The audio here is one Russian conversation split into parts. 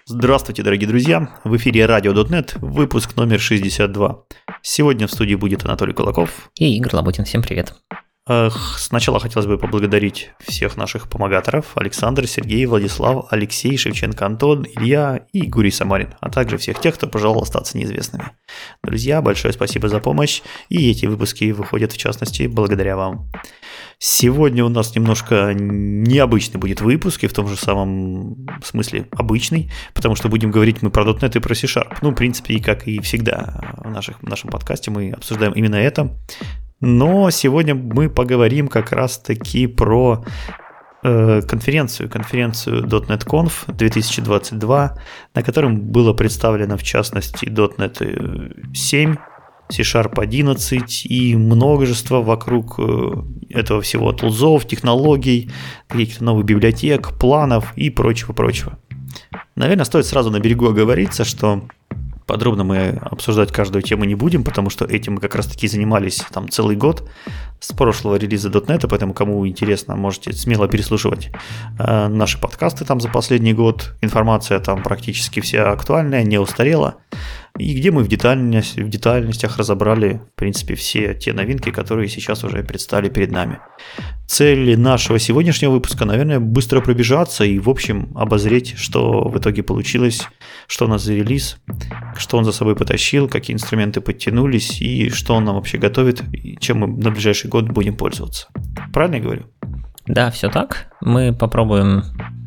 Здравствуйте, дорогие друзья! В эфире Radio.net, выпуск номер 62. Сегодня в студии будет Анатолий Кулаков и Игорь Лабутин. Всем привет! Сначала хотелось бы поблагодарить всех наших помогаторов: Александр, Сергей, Владислав, Алексей, Шевченко, Антон, Илья и Гурий Самарин, а также всех тех, кто пожелал остаться неизвестными. Друзья, большое спасибо за помощь, и эти выпуски выходят в частности благодаря вам. Сегодня у нас немножко необычный будет выпуск, и в том же самом смысле обычный, потому что будем говорить мы про .NET и про C#. В принципе, и как и всегда в нашем подкасте мы обсуждаем именно это. Но сегодня мы поговорим как раз-таки про конференцию .NET Conf 2022, на котором было представлено в частности .NET 7, C# 11 и множество вокруг этого всего тулзов, технологий, каких-то новых библиотек, планов и прочего. Наверное, стоит сразу на берегу оговориться, что подробно мы обсуждать каждую тему не будем, потому что этим мы как раз-таки занимались там целый год с прошлого релиза .NET, поэтому кому интересно, можете смело переслушивать наши подкасты там за последний год. Информация там практически вся актуальная, не устарела. И где мы в детальностях разобрали, в принципе, все те новинки, которые сейчас уже предстали перед нами. Цель нашего сегодняшнего выпуска, наверное, быстро пробежаться и, в общем, обозреть, что в итоге получилось, что у нас за релиз, что он за собой потащил, какие инструменты подтянулись и что он нам вообще готовит, и чем мы на ближайший год будем пользоваться. Правильно я говорю? Да, все так. Мы попробуем,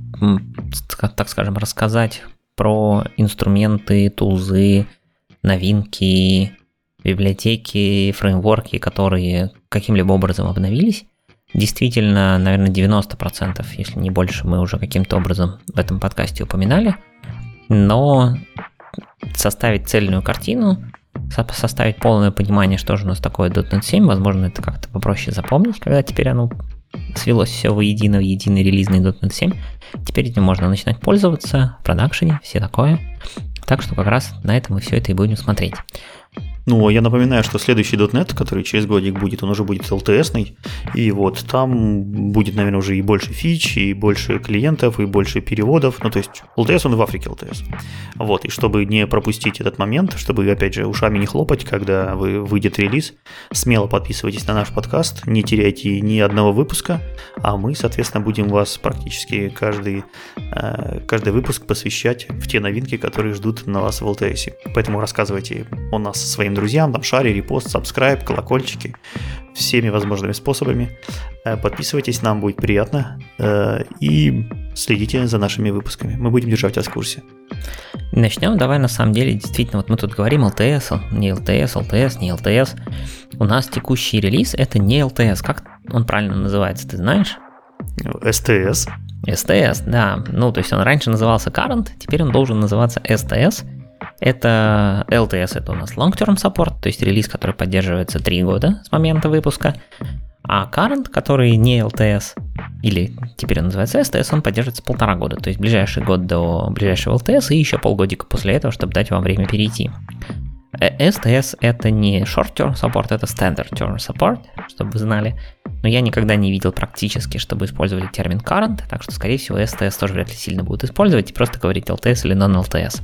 так скажем, рассказать про инструменты, тулзы, новинки, библиотеки, фреймворки, которые каким-либо образом обновились. Действительно, наверное, 90%, если не больше, мы уже каким-то образом в этом подкасте упоминали. Но составить цельную картину, составить полное понимание, что же у нас такое .NET 7, возможно, это как-то попроще запомнить, когда теперь оно свелось все воедино в единый релизный .NET 7. Теперь этим можно начинать пользоваться в продакшене, все такое. Так что как раз на это мы все это и будем смотреть. Я напоминаю, что следующий .NET, который через годик будет, он уже будет LTS-ный, и вот там будет, наверное, уже и больше фич, и больше клиентов, и больше переводов, то есть LTS, он и в Африке LTS. И чтобы не пропустить этот момент, чтобы, опять же, ушами не хлопать, когда выйдет релиз, смело подписывайтесь на наш подкаст, не теряйте ни одного выпуска, а мы, соответственно, будем вас практически каждый выпуск посвящать в те новинки, которые ждут на вас в LTS. Поэтому рассказывайте о нас своим друзьям, там шаре, репост, сабскрайб, колокольчики, всеми возможными способами. Подписывайтесь, нам будет приятно, и следите за нашими выпусками. Мы будем держать вас в курсе. Начнем давай на самом деле, действительно, мы тут говорим LTS, не LTS, LTS, не LTS. У нас текущий релиз это не LTS, как он правильно называется, ты знаешь? STS. STS, да, то есть он раньше назывался Current, теперь он должен называться STS. Это LTS, это у нас Long Term Support, то есть релиз, который поддерживается 3 года с момента выпуска, а Current, который не LTS, или теперь он называется STS, он поддерживается 1,5 года, то есть ближайший год до ближайшего LTS и еще полгодика после этого, чтобы дать вам время перейти. STS это не Short Term Support, это Standard Term Support, чтобы вы знали, но я никогда не видел практически, чтобы использовали термин Current, так что, скорее всего, STS тоже вряд ли сильно будут использовать и просто говорить LTS или Non-LTS.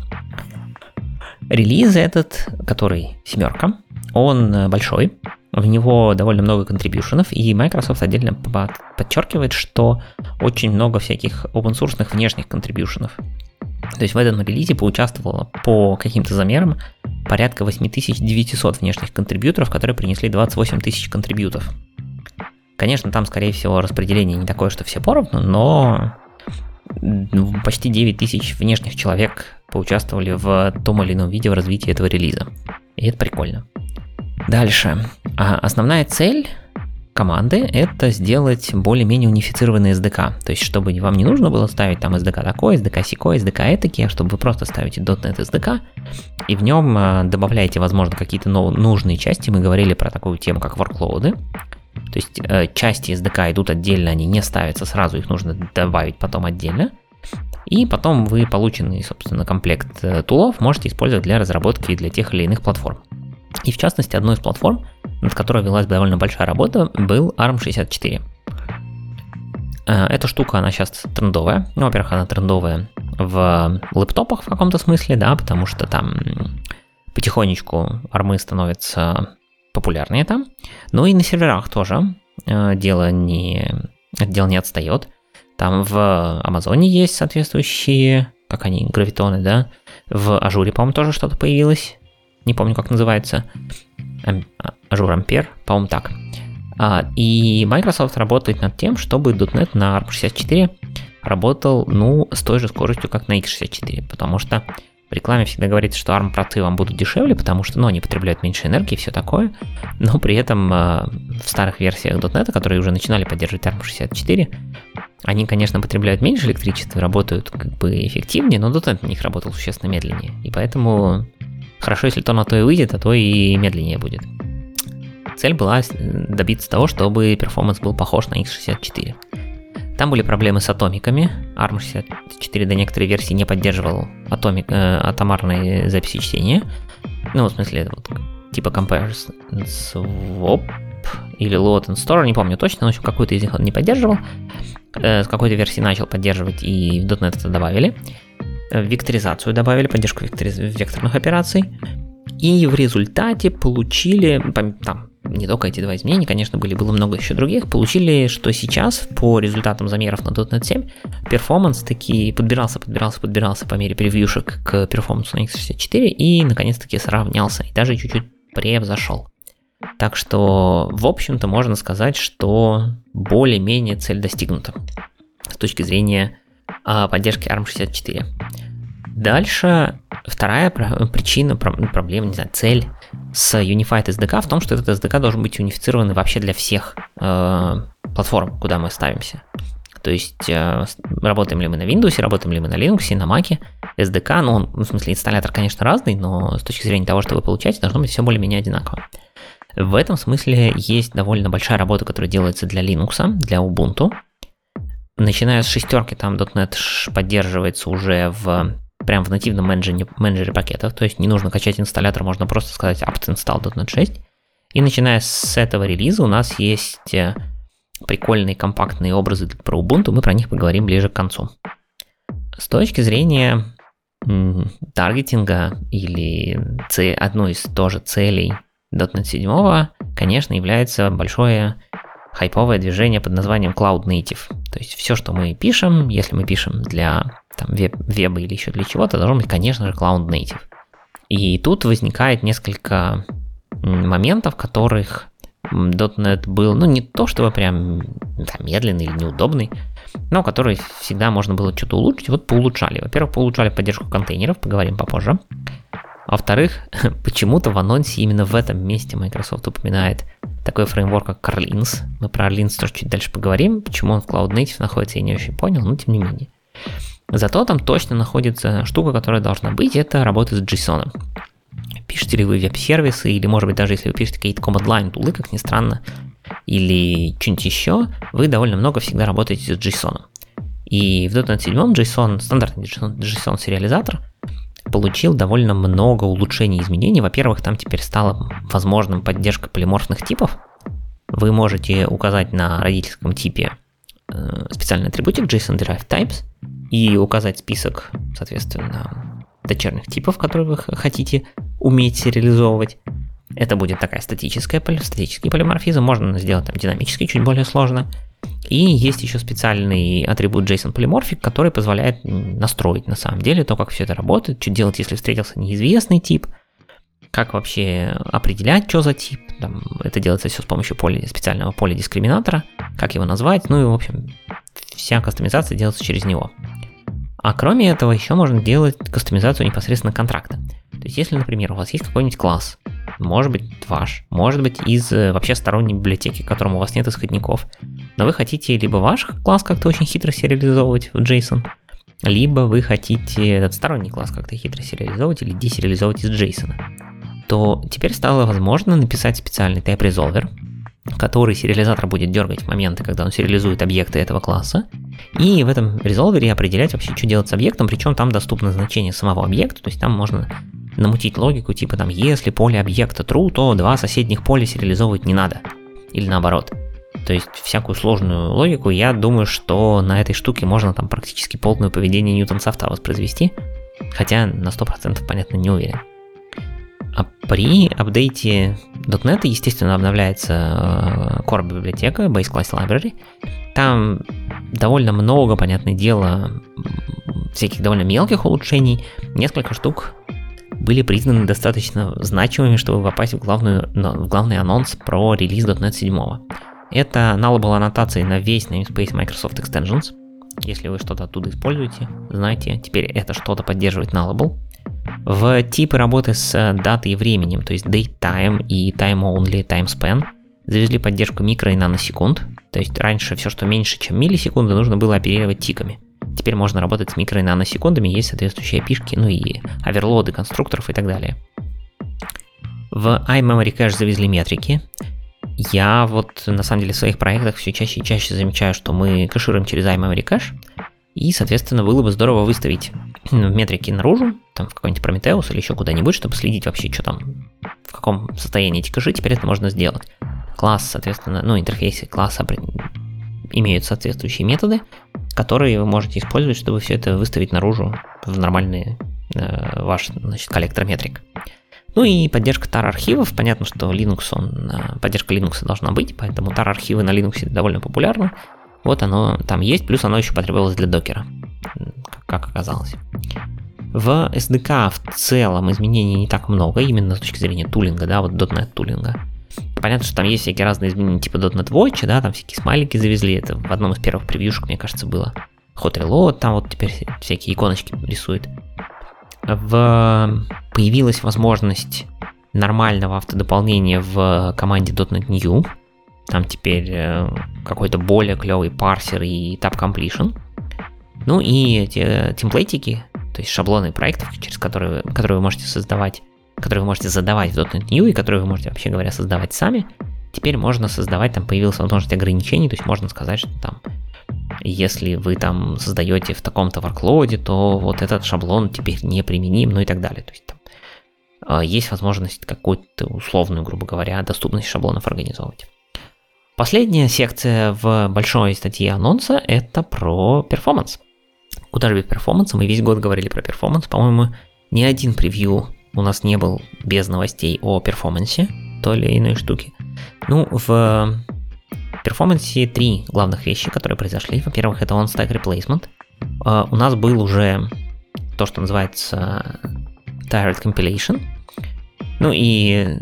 Релиз этот, который 7, он большой, в него довольно много контрибьюшенов, и Microsoft отдельно подчеркивает, что очень много всяких open-source внешних контрибьюшенов. То есть в этом релизе поучаствовало по каким-то замерам порядка 8900 внешних контрибьюторов, которые принесли 28 тысяч контрибьютов. Конечно, там, скорее всего, распределение не такое, что все поровну, но почти 9000 внешних человек поучаствовали в том или ином виде в развитии этого релиза. И это прикольно. Дальше. Основная цель команды — это сделать более-менее унифицированный SDK. То есть, чтобы вам не нужно было ставить там SDK такой, SDK сякой, SDK этакий, а чтобы вы просто ставите .NET SDK, и в нем добавляете, возможно, какие-то нужные части. Мы говорили про такую тему, как workload. То есть части SDK идут отдельно, они не ставятся сразу, их нужно добавить потом отдельно. И потом вы полученный, собственно, комплект тулов можете использовать для разработки для тех или иных платформ. И в частности, одной из платформ, над которой велась довольно большая работа, был ARM64. Эта штука, она сейчас трендовая. Во-первых, она трендовая в лэптопах в каком-то смысле, да, потому что там потихонечку армы становятся популярнее там. Ну и на серверах тоже дело не отстает. Там в Амазоне есть соответствующие, как они, гравитоны, да. В Ажуре, по-моему, тоже что-то появилось. Не помню, как называется. Ажур Ампер, по-моему, так. И Microsoft работает над тем, чтобы .NET на ARM64 работал, с той же скоростью, как на x64, потому что в рекламе всегда говорится, что ARM-проты вам будут дешевле, потому что, они потребляют меньше энергии и все такое, но при этом в старых версиях .NET, которые уже начинали поддерживать ARM64, они, конечно, потребляют меньше электричества и работают эффективнее, но .NET на них работал существенно медленнее, и поэтому хорошо, если то на то и выйдет, а то и медленнее будет. Цель была добиться того, чтобы перформанс был похож на x64. Там были проблемы с атомиками. ARM64 до некоторой версии не поддерживал атомарные записи чтения. В смысле, типа compare swap или load and store, не помню точно, но в общем какую-то из них он не поддерживал. С какой-то версии начал поддерживать, и в .NET это добавили. Векторизацию добавили, поддержку векторных операций. И в результате получили, там не только эти два изменения, конечно, было много еще других, получили, что сейчас по результатам замеров на .NET 7 перформанс таки подбирался по мере превьюшек к перформансу на x64 и наконец-таки сравнялся и даже чуть-чуть превзошел. Так что, в общем-то, можно сказать, что более-менее цель достигнута с точки зрения поддержки ARM64. Дальше вторая причина, проблема, цель с Unified SDK в том, что этот SDK должен быть унифицированный вообще для всех платформ, куда мы ставимся. То есть работаем ли мы на Windows, работаем ли мы на Linux, на Mac, SDK, в смысле инсталлятор, конечно, разный, но с точки зрения того, что вы получаете, должно быть все более-менее одинаково. В этом смысле есть довольно большая работа, которая делается для Linux, для Ubuntu. Начиная с 6, там .NET поддерживается уже прям в нативном менеджере пакетов, то есть не нужно качать инсталлятор, можно просто сказать apt install .NET 6. И начиная с этого релиза у нас есть прикольные компактные образы про Ubuntu, мы про них поговорим ближе к концу. С точки зрения таргетинга или одной из тоже целей .NET 7, конечно, является большое хайповое движение под названием Cloud Native. То есть все, что мы пишем, если мы пишем для веба или еще для чего-то, должно быть, конечно же, Cloud Native. И тут возникает несколько моментов, в которых .NET был, не то чтобы прям медленный или неудобный, но который всегда можно было что-то улучшить. Вот поулучшали. Во-первых, поулучшали поддержку контейнеров, поговорим попозже. Во-вторых, почему-то в анонсе именно в этом месте Microsoft упоминает такой фреймворк, как Carlins. Мы про Carlins тоже чуть дальше поговорим. Почему он в Cloud Native находится, я не очень понял, но тем не менее. Зато там точно находится штука, которая должна быть, это работа с JSON. Пишете ли вы веб-сервисы, или, может быть, даже если вы пишете какие-то command-line тулы, как ни странно, или что-нибудь еще, вы довольно много всегда работаете с JSON. И в .NET 7 JSON, стандартный JSON-сериализатор, получил довольно много улучшений и изменений. Во-первых, там теперь стала возможным поддержка полиморфных типов. Вы можете указать на родительском типе специальный атрибутик JSON Derived Types и указать список, соответственно, дочерних типов, которые вы хотите уметь сериализовывать. Это будет такая статический полиморфизм, можно сделать там динамический, чуть более сложно. И есть еще специальный атрибут JSON Polymorphic, который позволяет настроить на самом деле то, как все это работает, что делать, если встретился неизвестный тип, как вообще определять, что за тип. Там, это делается все с помощью специального поля дискриминатора, как его назвать, и, в общем, вся кастомизация делается через него. А кроме этого, еще можно делать кастомизацию непосредственно контракта. То есть, если, например, у вас есть какой-нибудь класс, может быть ваш, может быть из вообще сторонней библиотеки, к которому у вас нет исходников, но вы хотите либо ваш класс как-то очень хитро сериализовывать в JSON, либо вы хотите этот сторонний класс как-то хитро сериализовывать или десериализовывать из JSON, то теперь стало возможно написать специальный type-resolver, который сериализатор будет дергать в моменты, когда он сериализует объекты этого класса, и в этом резолвере определять вообще, что делать с объектом, причем там доступно значение самого объекта, то есть там можно намутить логику, типа там, если поле объекта true, то два соседних поля сериализовывать не надо, или наоборот. то есть всякую сложную логику, я думаю, что на этой штуке можно там практически полное поведение Ньютон-софта воспроизвести, хотя на 100% понятно не уверен. А при апдейте .NET, естественно, обновляется core библиотека Base Class Library. Там довольно много, понятное дело, всяких довольно мелких улучшений. Несколько штук были признаны достаточно значимыми, чтобы попасть в главный анонс про релиз .NET 7. Это nullable аннотации на весь namespace Microsoft Extensions. Если вы что-то оттуда используете, знаете, теперь это что-то поддерживает nullable. В типы работы с датой и временем, то есть datetime и time-only timespan, завезли поддержку микро- и наносекунд. То есть раньше все, что меньше, чем миллисекунды, нужно было оперировать тиками. Теперь можно работать с микро- и наносекундами, есть соответствующие API-шки, ну и оверлоды конструкторов и так далее. В iMemory Cache завезли метрики. Я вот на самом деле в своих проектах все чаще и чаще замечаю, что мы кэшируем через iMemory Cache, и, соответственно, было бы здорово выставить метрики наружу, там в какой-нибудь Prometheus или еще куда-нибудь, чтобы следить вообще, что там, в каком состоянии эти кэши, теперь это можно сделать. Класс, соответственно, интерфейсы класса имеют соответствующие методы, которые вы можете использовать, чтобы все это выставить наружу в нормальный ваш, коллектор метрик. Ну и поддержка tar-архивов. Понятно, что поддержка Linux должна быть, поэтому tar-архивы на Linux довольно популярны. Вот оно там есть, плюс оно еще потребовалось для докера, как оказалось. В SDK в целом изменений не так много, именно с точки зрения тулинга, да, вот .NET тулинга. Понятно, что там есть всякие разные изменения, типа .NET Watch, да, там всякие смайлики завезли, это в одном из первых превьюшек, мне кажется, было. Hot Reload, там вот теперь всякие иконочки рисует. Появилась возможность нормального автодополнения в команде .NET New. Там теперь какой-то более клевый парсер и tab completion. Ну и эти темплейтики, то есть шаблоны проектов, через которые вы можете создавать, которые вы можете задавать в .NET New и которые вы можете, вообще говоря, создавать сами. Теперь можно создавать, там появилась возможность ограничений, то есть можно сказать, что там, если вы там создаете в таком-то workload, то вот этот шаблон теперь неприменим, ну и так далее. То есть там есть возможность какую-то условную, грубо говоря, доступность шаблонов организовывать. Последняя секция в большой статье анонса – это про перформанс. Куда же без перформанса? Мы весь год говорили про перформанс. По-моему, ни один превью у нас не был без новостей о перформансе той или иной штуки. Ну, в перформансе 3 главных вещи, которые произошли. Во-первых, это on-stack replacement. У нас был уже то, что называется tired compilation. Ну и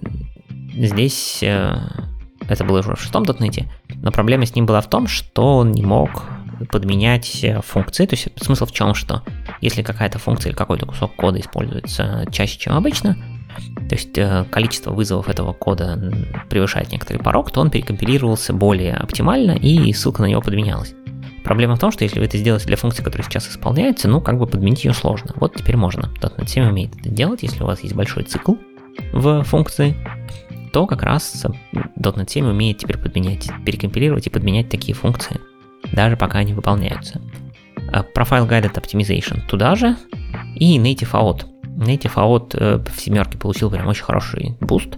здесь это было уже в 6-м .NET, но проблема с ним была в том, что он не мог подменять функции. То есть смысл в чем, что если какая-то функция или какой-то кусок кода используется чаще, чем обычно, то есть количество вызовов этого кода превышает некоторый порог, то он перекомпилировался более оптимально и ссылка на него подменялась. Проблема в том, что если вы это сделаете для функции, которая сейчас исполняется, как бы подменить ее сложно. Вот теперь можно. .NET 7 умеет это делать, если у вас есть большой цикл в функции, то как раз .NET 7 умеет теперь перекомпилировать и подменять такие функции, даже пока они выполняются. Profile Guided Optimization туда же, и Native Out. Native Out в 7 получил прям очень хороший буст.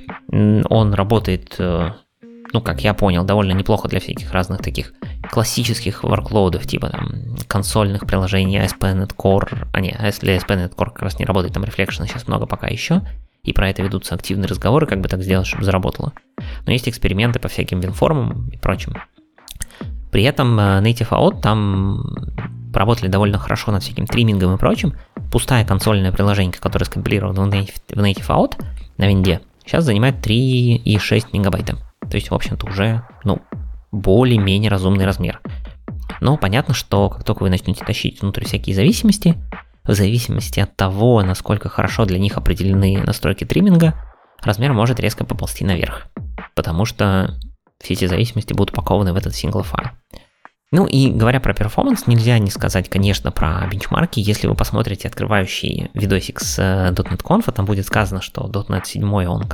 Он работает, как я понял, довольно неплохо для всяких разных таких классических workload'ов, типа там консольных приложений ASP.NET Core. Для ASP.NET Core как раз не работает, там Reflection сейчас много пока еще. И про это ведутся активные разговоры, как бы так сделать, чтобы заработало. Но есть эксперименты по всяким WinForm'ам и прочим. При этом Native Out там поработали довольно хорошо над всяким триммингом и прочим. Пустая консольная приложение, которое скомпилировано в Native Out на винде, сейчас занимает 3,6 мегабайта. То есть, в общем-то, уже более-менее разумный размер. Но понятно, что как только вы начнете тащить внутрь всякие зависимости, в зависимости от того, насколько хорошо для них определены настройки тримминга, размер может резко поползти наверх, потому что все эти зависимости будут упакованы в этот single файл. Ну и говоря про перформанс, нельзя не сказать, конечно, про бенчмарки. Если вы посмотрите открывающий видосик с .NET Conf, там будет сказано, что .NET 7, он,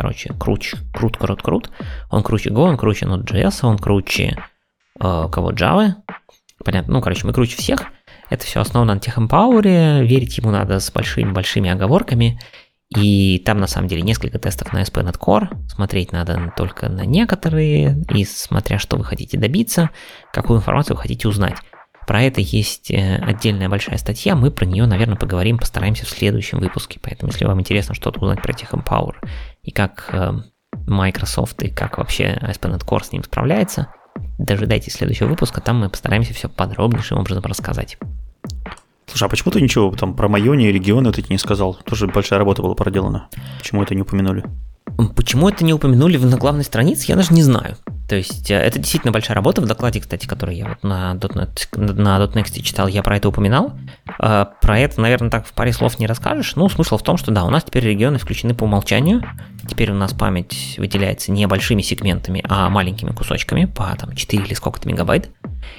крут. Он круче Go, он круче Node.js, он круче Java. Понятно, мы круче всех. Это все основано на TechEmpower, верить ему надо с большими оговорками. И там на самом деле несколько тестов на ASP.NET Core, смотреть надо только на некоторые, и смотря что вы хотите добиться, какую информацию вы хотите узнать. Про это есть отдельная большая статья, мы про нее, наверное, поговорим, постараемся в следующем выпуске. Поэтому, если вам интересно что-то узнать про TechEmpower и как Microsoft и как вообще ASP.NET Core с ним справляется, дожидайтесь следующего выпуска, там мы постараемся все подробнейшим образом рассказать. Слушай, а почему ты ничего там про Майони и регионы вот эти не сказал? Тоже большая работа была проделана. Почему это не упомянули? Почему это не упомянули на главной странице, я даже не знаю. То есть это действительно большая работа. В докладе, кстати, который я вот на .next читал, я про это упоминал. Про это, наверное, так в паре слов не расскажешь. Ну, смысл в том, что да, у нас теперь регионы включены по умолчанию. Теперь у нас память выделяется не большими сегментами, а маленькими кусочками по там 4 или сколько-то мегабайт.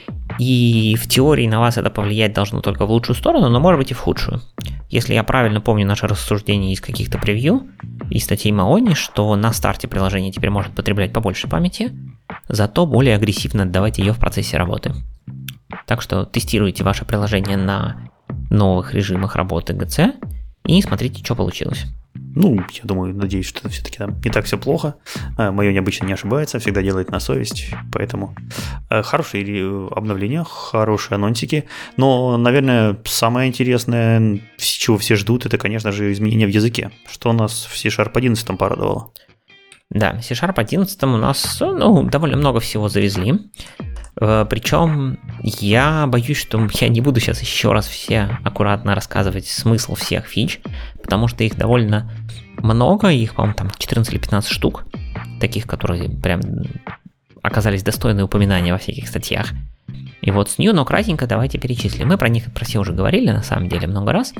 И в теории на вас это повлиять должно только в лучшую сторону, но может быть и в худшую. Если я правильно помню наше рассуждение из каких-то превью и статей Маони, что на старте приложение теперь может потреблять побольше памяти, зато более агрессивно отдавать ее в процессе работы. Так что тестируйте ваше приложение на новых режимах работы GC и смотрите, что получилось. Ну, я думаю, надеюсь, что все-таки там не так все плохо. Майони обычно не ошибается, всегда делает на совесть. Поэтому хорошие обновления, хорошие анонсики. Но, наверное, самое интересное, чего все ждут, это, конечно же, изменения в языке. Что у нас в C# 11 порадовало? Да, в C# 11 у нас довольно много всего завезли. Причем я боюсь, что я не буду сейчас еще раз все аккуратно рассказывать смысл всех фич, потому что их довольно много, их, по-моему, там 14 или 15 штук, таких, которые прям оказались достойны упоминания во всяких статьях. И вот с New, но кратенько давайте перечислим. Мы про все уже говорили, на самом деле, много раз.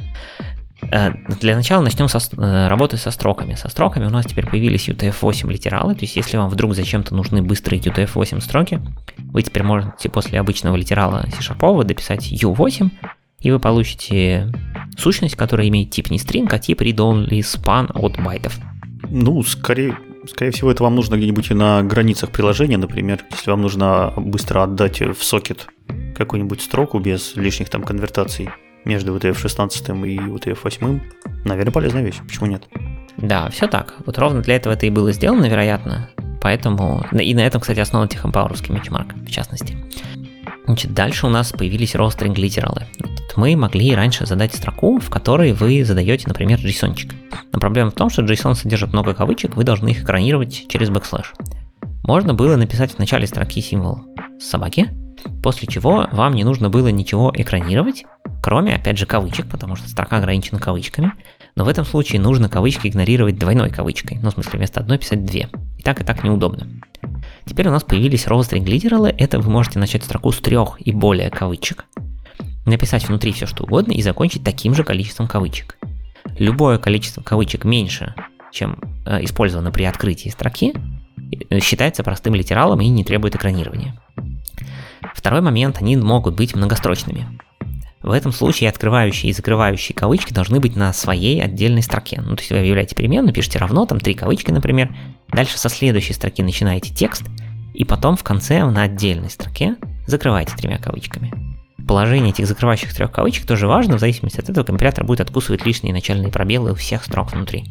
Для начала начнем с работы со строками. Со строками у нас теперь появились UTF-8 литералы, то есть если вам вдруг зачем-то нужны быстрые UTF-8 строки, вы теперь можете после обычного литерала C# дописать U8, и вы получите сущность, которая имеет тип не string, а тип read-only span от байтов. Ну, скорее всего, это вам нужно где-нибудь на границах приложения, например, если вам нужно быстро отдать в сокет какую-нибудь строку без лишних там конвертаций между UTF-16 и UTF-8, наверное, полезная вещь. Почему нет? Да, все так. Вот ровно для этого это и было сделано, вероятно. Поэтому... И на этом, кстати, основан TechEmpower'ский бенчмарк, в частности. Значит, дальше у нас появились rostering литералы. Мы могли раньше задать строку, в которой вы задаете, например, JSON-чик. Но проблема в том, что JSON содержит много кавычек, вы должны их экранировать через бэкслэш. Можно было написать в начале строки символ собаки, после чего вам не нужно было ничего экранировать, кроме, опять же, кавычек, потому что строка ограничена кавычками, но в этом случае нужно кавычки игнорировать двойной кавычкой, ну, в смысле, вместо одной писать две. И так неудобно. Теперь у нас появились rostering литералы, это вы можете начать строку с 3 и более кавычек, написать внутри все что угодно и закончить таким же количеством кавычек. Любое количество кавычек меньше, чем использовано при открытии строки, считается простым литералом и не требует экранирования. Второй момент, они могут быть многострочными. В этом случае открывающие и закрывающие кавычки должны быть на своей отдельной строке. Ну, то есть вы объявляете переменную, пишете равно, там 3 кавычки, например, дальше со следующей строки начинаете текст, и потом в конце на отдельной строке закрываете 3 кавычками. Положение этих закрывающих 3 кавычек тоже важно, в зависимости от этого компилятор будет откусывать лишние начальные пробелы у всех строк внутри.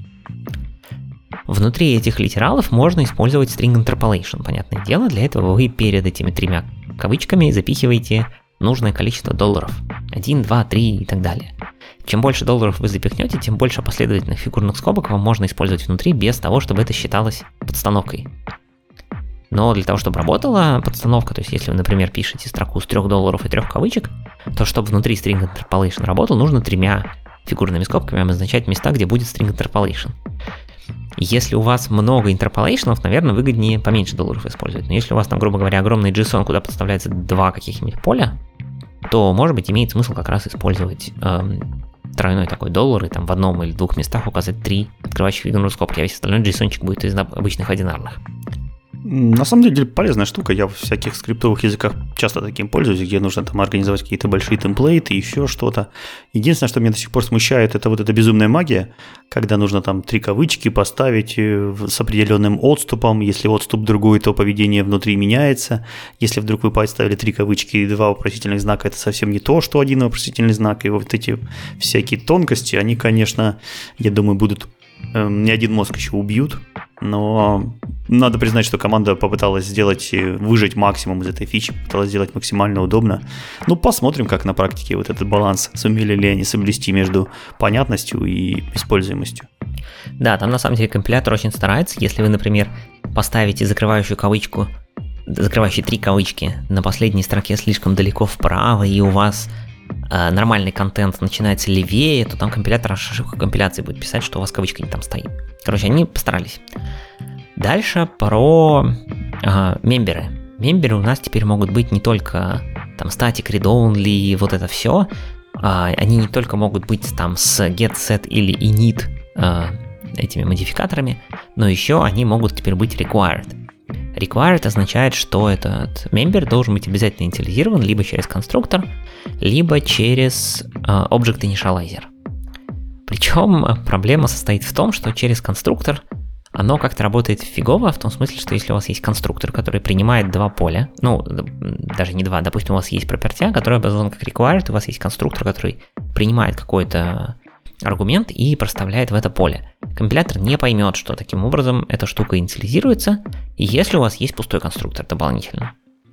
Внутри этих литералов можно использовать string interpolation, понятное дело, для этого вы перед этими 3 кавычками запихиваете нужное количество долларов. 1, 2, 3 и так далее. Чем больше долларов вы запихнете, тем больше последовательных фигурных скобок вам можно использовать внутри без того, чтобы это считалось подстановкой. Но для того, чтобы работала подстановка, то есть если вы, например, пишете строку с 3 долларов и 3 кавычек, то чтобы внутри string interpolation работал, нужно 3 фигурными скобками обозначать места, где будет string interpolation. Если у вас много интерполейшенов, наверное, выгоднее поменьше долларов использовать. Но если у вас там, грубо говоря, огромный JSON, куда подставляется 2 каких-нибудь поля, то, может быть, имеет смысл как раз использовать тройной такой доллар и там в одном или 2 местах указать 3 открывающих фигурные скобки, а весь остальной JSON-чик будет из обычных одинарных. На самом деле полезная штука, я в всяких скриптовых языках часто таким пользуюсь, где нужно там организовать какие-то большие темплейты, еще что-то. Единственное, что меня до сих пор смущает, это вот эта безумная магия, когда нужно там 3 кавычки поставить с определенным отступом, если отступ другой, то поведение внутри меняется, если вдруг вы поставили 3 кавычки и 2 вопросительных знака, это совсем не то, что один вопросительный знак, и вот эти всякие тонкости, они, конечно, я думаю, будут ни один мозг еще убьют, но надо признать, что команда попыталась выжать максимум из этой фичи, попыталась сделать максимально удобно. Ну, посмотрим, как на практике вот этот баланс, сумели ли они соблюсти между понятностью и используемостью. Да, там на самом деле компилятор очень старается. Если вы, например, поставите закрывающие 3 кавычки на последней строке слишком далеко вправо, и у вас нормальный контент начинается левее, то там компилятор ошибку компиляции будет писать, что у вас кавычка не там стоит. Короче, они постарались. Дальше про мемберы. Мемберы у нас теперь могут быть не только там static, read-only, вот это все. Они не только могут быть там с get, set или init этими модификаторами, но еще они могут теперь быть required. Required означает, что этот мембер должен быть обязательно инициализирован либо через конструктор, либо через Object Initializer. Причем проблема состоит в том, что через конструктор оно как-то работает фигово, в том смысле, что если у вас есть конструктор, который принимает 2 поля, ну, даже не 2, допустим, у вас есть property, которая образована как required, у вас есть конструктор, который принимает какой-то аргумент и проставляет в это поле. Компилятор не поймет, что таким образом эта штука инициализируется, если у вас есть пустой конструктор дополнительно.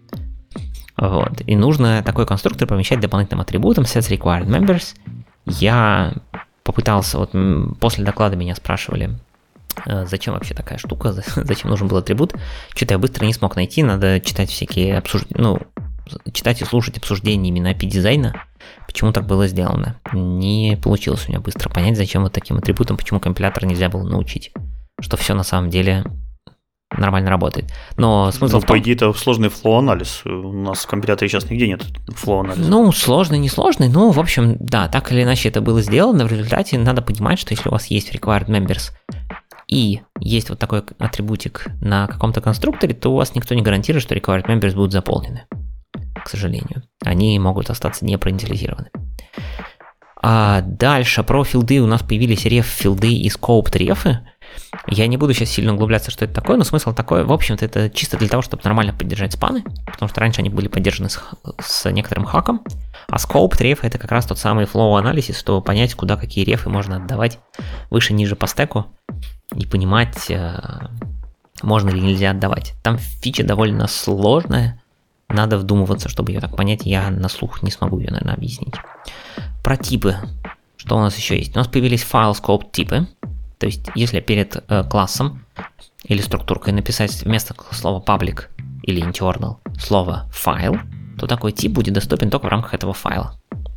Вот. И нужно такой конструктор помещать дополнительным атрибутом sets required members. Я попытался, вот после доклада меня спрашивали, зачем вообще такая штука, зачем нужен был атрибут. Что-то я быстро не смог найти, надо читать всякие читать и слушать обсуждения именно API-дизайна, почему так было сделано. Не получилось у меня быстро понять, зачем вот таким атрибутом, почему компилятор нельзя было научить, что все на самом деле нормально работает. Но смысл в том... По идее, это сложный flow-анализ. У нас в компиляторе сейчас нигде нет flow-анализа. Ну, сложный, не сложный, но, в общем, да, так или иначе это было сделано. В результате надо понимать, что если у вас есть required members и есть вот такой атрибутик на каком-то конструкторе, то у вас никто не гарантирует, что required members будут заполнены. К сожалению. Они могут остаться не проинициализированы. А дальше про филды у нас появились ref-филды и scoped-рефы. Я не буду сейчас сильно углубляться, что это такое, но смысл такой, в общем-то, это чисто для того, чтобы нормально поддержать спаны, потому что раньше они были поддержаны с некоторым хаком, а scoped рефы это как раз тот самый flow-анализ, чтобы понять, куда какие рефы можно отдавать выше-ниже по стеку и понимать, можно или нельзя отдавать. Там фича довольно сложная, надо вдумываться, чтобы ее так понять, я на слух не смогу ее, наверное, объяснить. Про типы, что у нас еще есть? У нас появились файл scope типы, то есть если перед классом или структуркой написать вместо слова public или internal слово file, то такой тип будет доступен только в рамках этого файла.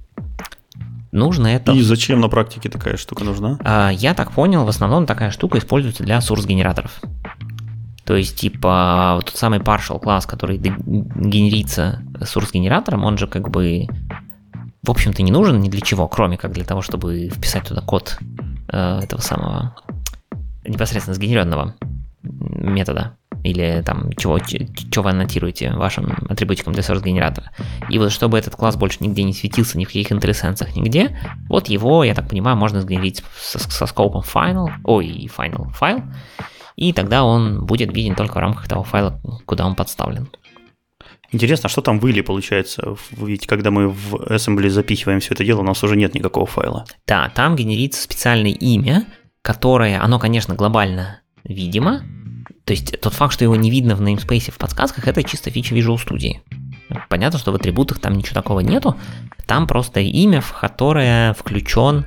Нужно это... И зачем на практике такая штука нужна? Я так понял, в основном такая штука используется для source-генераторов. То есть, типа, тот самый partial класс, который генерится source-генератором, он же как бы, в общем-то, не нужен ни для чего, кроме как для того, чтобы вписать туда код этого самого непосредственно сгенеренного метода или там чего вы аннотируете вашим атрибутиком для source-генератора. И вот чтобы этот класс больше нигде не светился, ни в каких интересенсах, нигде, вот его, я так понимаю, можно сгенерить со скопом final файл, и тогда он будет виден только в рамках того файла, куда он подставлен. Интересно, а что там выли получается? Ведь когда мы в assembly запихиваем все это дело, у нас уже нет никакого файла. Да, там генерится специальное имя, которое, оно, конечно, глобально видимо. То есть тот факт, что его не видно в namespace в подсказках, это чисто фича Visual Studio. Понятно, что в атрибутах там ничего такого нету. Там просто имя, в которое включен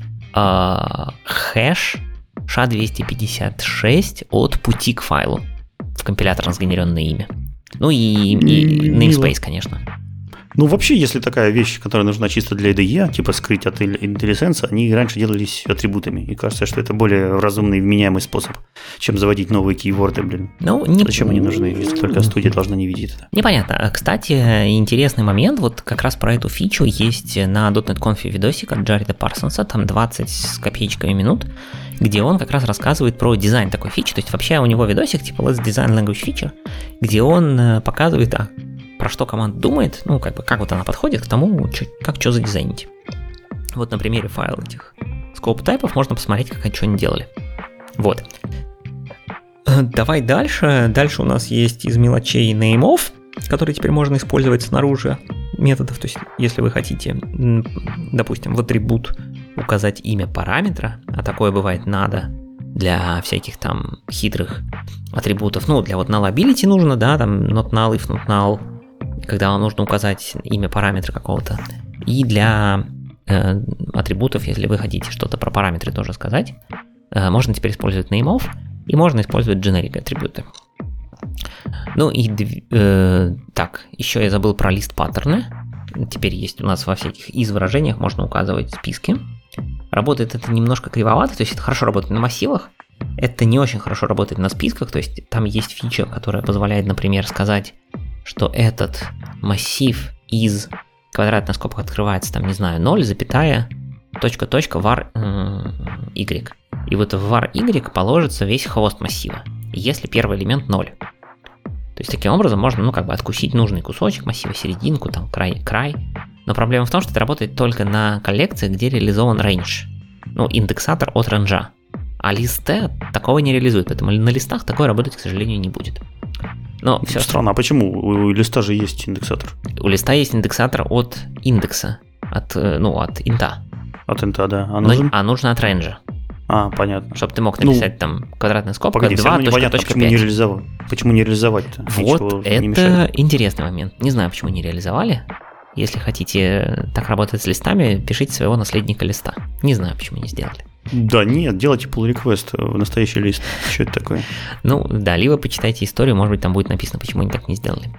хэш SHA-256 от пути к файлу в компиляторно сгенеренное имя. Ну и namespace, конечно. Ну, вообще, если такая вещь, которая нужна чисто для IDE, типа скрыть от IntelliSense, они раньше делались атрибутами. И кажется, что это более разумный и вменяемый способ, чем заводить новые кейворды, блин. Ну, зачем они нужны, если только студия должна не видеть это? Непонятно. Кстати, интересный момент, вот как раз про эту фичу есть на .NET Conf видосик от Джареда Парсонса, там 20 с копеечками минут, где он как раз рассказывает про дизайн такой фичи. То есть вообще у него видосик типа Let's Design Language Feature, где он показывает, про что команда думает, ну, как вот она подходит к тому, как что задизайнить. Вот на примере файла этих scope тайпов можно посмотреть, как они что они делали. Вот. Давай дальше. Дальше у нас есть из мелочей name-off, который теперь можно использовать снаружи методов. То есть, если вы хотите, допустим, в атрибут указать имя параметра, а такое бывает надо для всяких там хитрых атрибутов. Ну, для вот nullability нужно, да, там not null, if not null, когда вам нужно указать имя параметра какого-то. И для атрибутов, если вы хотите что-то про параметры тоже сказать, можно теперь использовать nameof, и можно использовать generic атрибуты. Ну и так, еще я забыл про лист паттерны. Теперь есть у нас во всяких из-выражениях можно указывать списки. Работает это немножко кривовато, то есть это хорошо работает на массивах, это не очень хорошо работает на списках, то есть там есть фича, которая позволяет, например, сказать, что этот массив из квадратных скобок открывается, там, не знаю, 0, запятая, точка, var y. И вот в var y положится весь хвост массива, если первый элемент 0. То есть таким образом можно, ну, как бы откусить нужный кусочек массива, серединку, там, край. Но проблема в том, что это работает только на коллекции, где реализован range. Ну, индексатор от рейнджа. А листе такого не реализует, поэтому на листах такое работать, к сожалению, не будет. Но все странно, а почему? У листа же есть индексатор. У листа есть индексатор от индекса, от инта. От инта, да. А нужно от рейнджа. А, понятно. Чтобы ты мог написать там квадратная скобка, погоди, 2, непонятно, почему не реализовать. Почему не реализовать-то? Вот ничего это интересный момент. Не знаю, почему не реализовали. Если хотите так работать с листами, пишите своего наследника листа. Не знаю, почему не сделали. Да нет, делайте pull request в настоящий лист. Что это такое? Ну да, либо почитайте историю, может быть там будет написано, почему они так не сделали.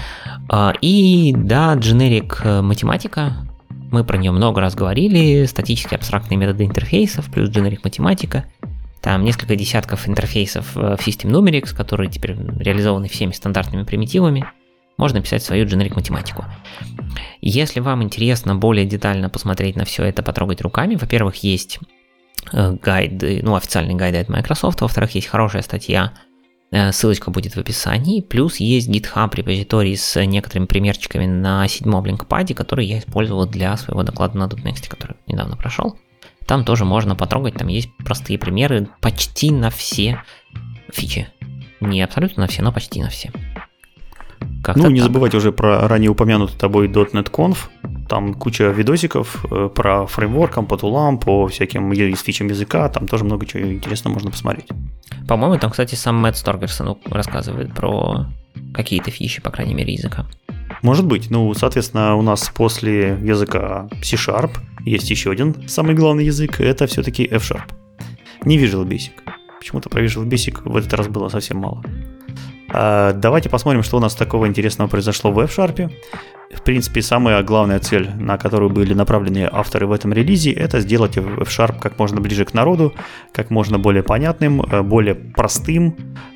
И да, generic математика. Мы про нее много раз говорили. Статические абстрактные методы интерфейсов плюс generic математика. Там несколько десятков интерфейсов в System Numerics, которые теперь реализованы всеми стандартными примитивами. Можно писать свою generic математику. Если вам интересно более детально посмотреть на все это, потрогать руками, во-первых, есть гайды, ну, официальный гайды от Microsoft, во-вторых, есть хорошая статья, ссылочка будет в описании, плюс есть GitHub репозиторий с некоторыми примерчиками на 7-м линкпаде, который я использовал для своего доклада на .next, который недавно прошел. Там тоже можно потрогать, там есть простые примеры почти на все фичи. Не абсолютно на все, но почти на все. Как-то не забывайте уже про ранее упомянутый тобой .NET Conf. Там куча видосиков про фреймворкам, по тулам, по всяким фичам языка. Там тоже много чего интересного можно посмотреть. По-моему, там, кстати, сам Мэтт Сторгерсон рассказывает про какие-то фичи, по крайней мере, языка. Может быть. Ну, соответственно, у нас после языка C# есть еще один самый главный язык. Это все-таки F#. Не Visual Basic. Почему-то про Visual Basic в этот раз было совсем мало. Давайте посмотрим, что у нас такого интересного произошло в F#. В принципе, самая главная цель, на которую были направлены авторы в этом релизе, это сделать F# как можно ближе к народу, как можно более понятным, более простым.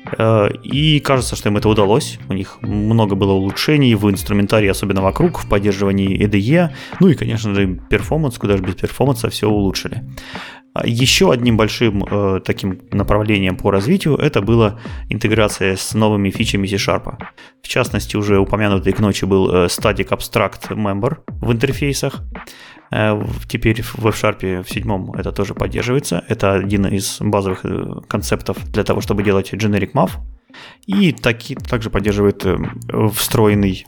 И кажется, что им это удалось. У них много было улучшений в инструментарии, особенно вокруг, в поддерживании IDE. Ну и, конечно же, перформанс, куда же без перформанса, все улучшили. Еще одним большим таким направлением по развитию это была интеграция с новыми фичами C#. В частности, уже упомянутый к ночи был Static Abstract Member в интерфейсах. Теперь в F# в 7 это тоже поддерживается. Это один из базовых концептов для того, чтобы делать generic MAV. И также поддерживает встроенные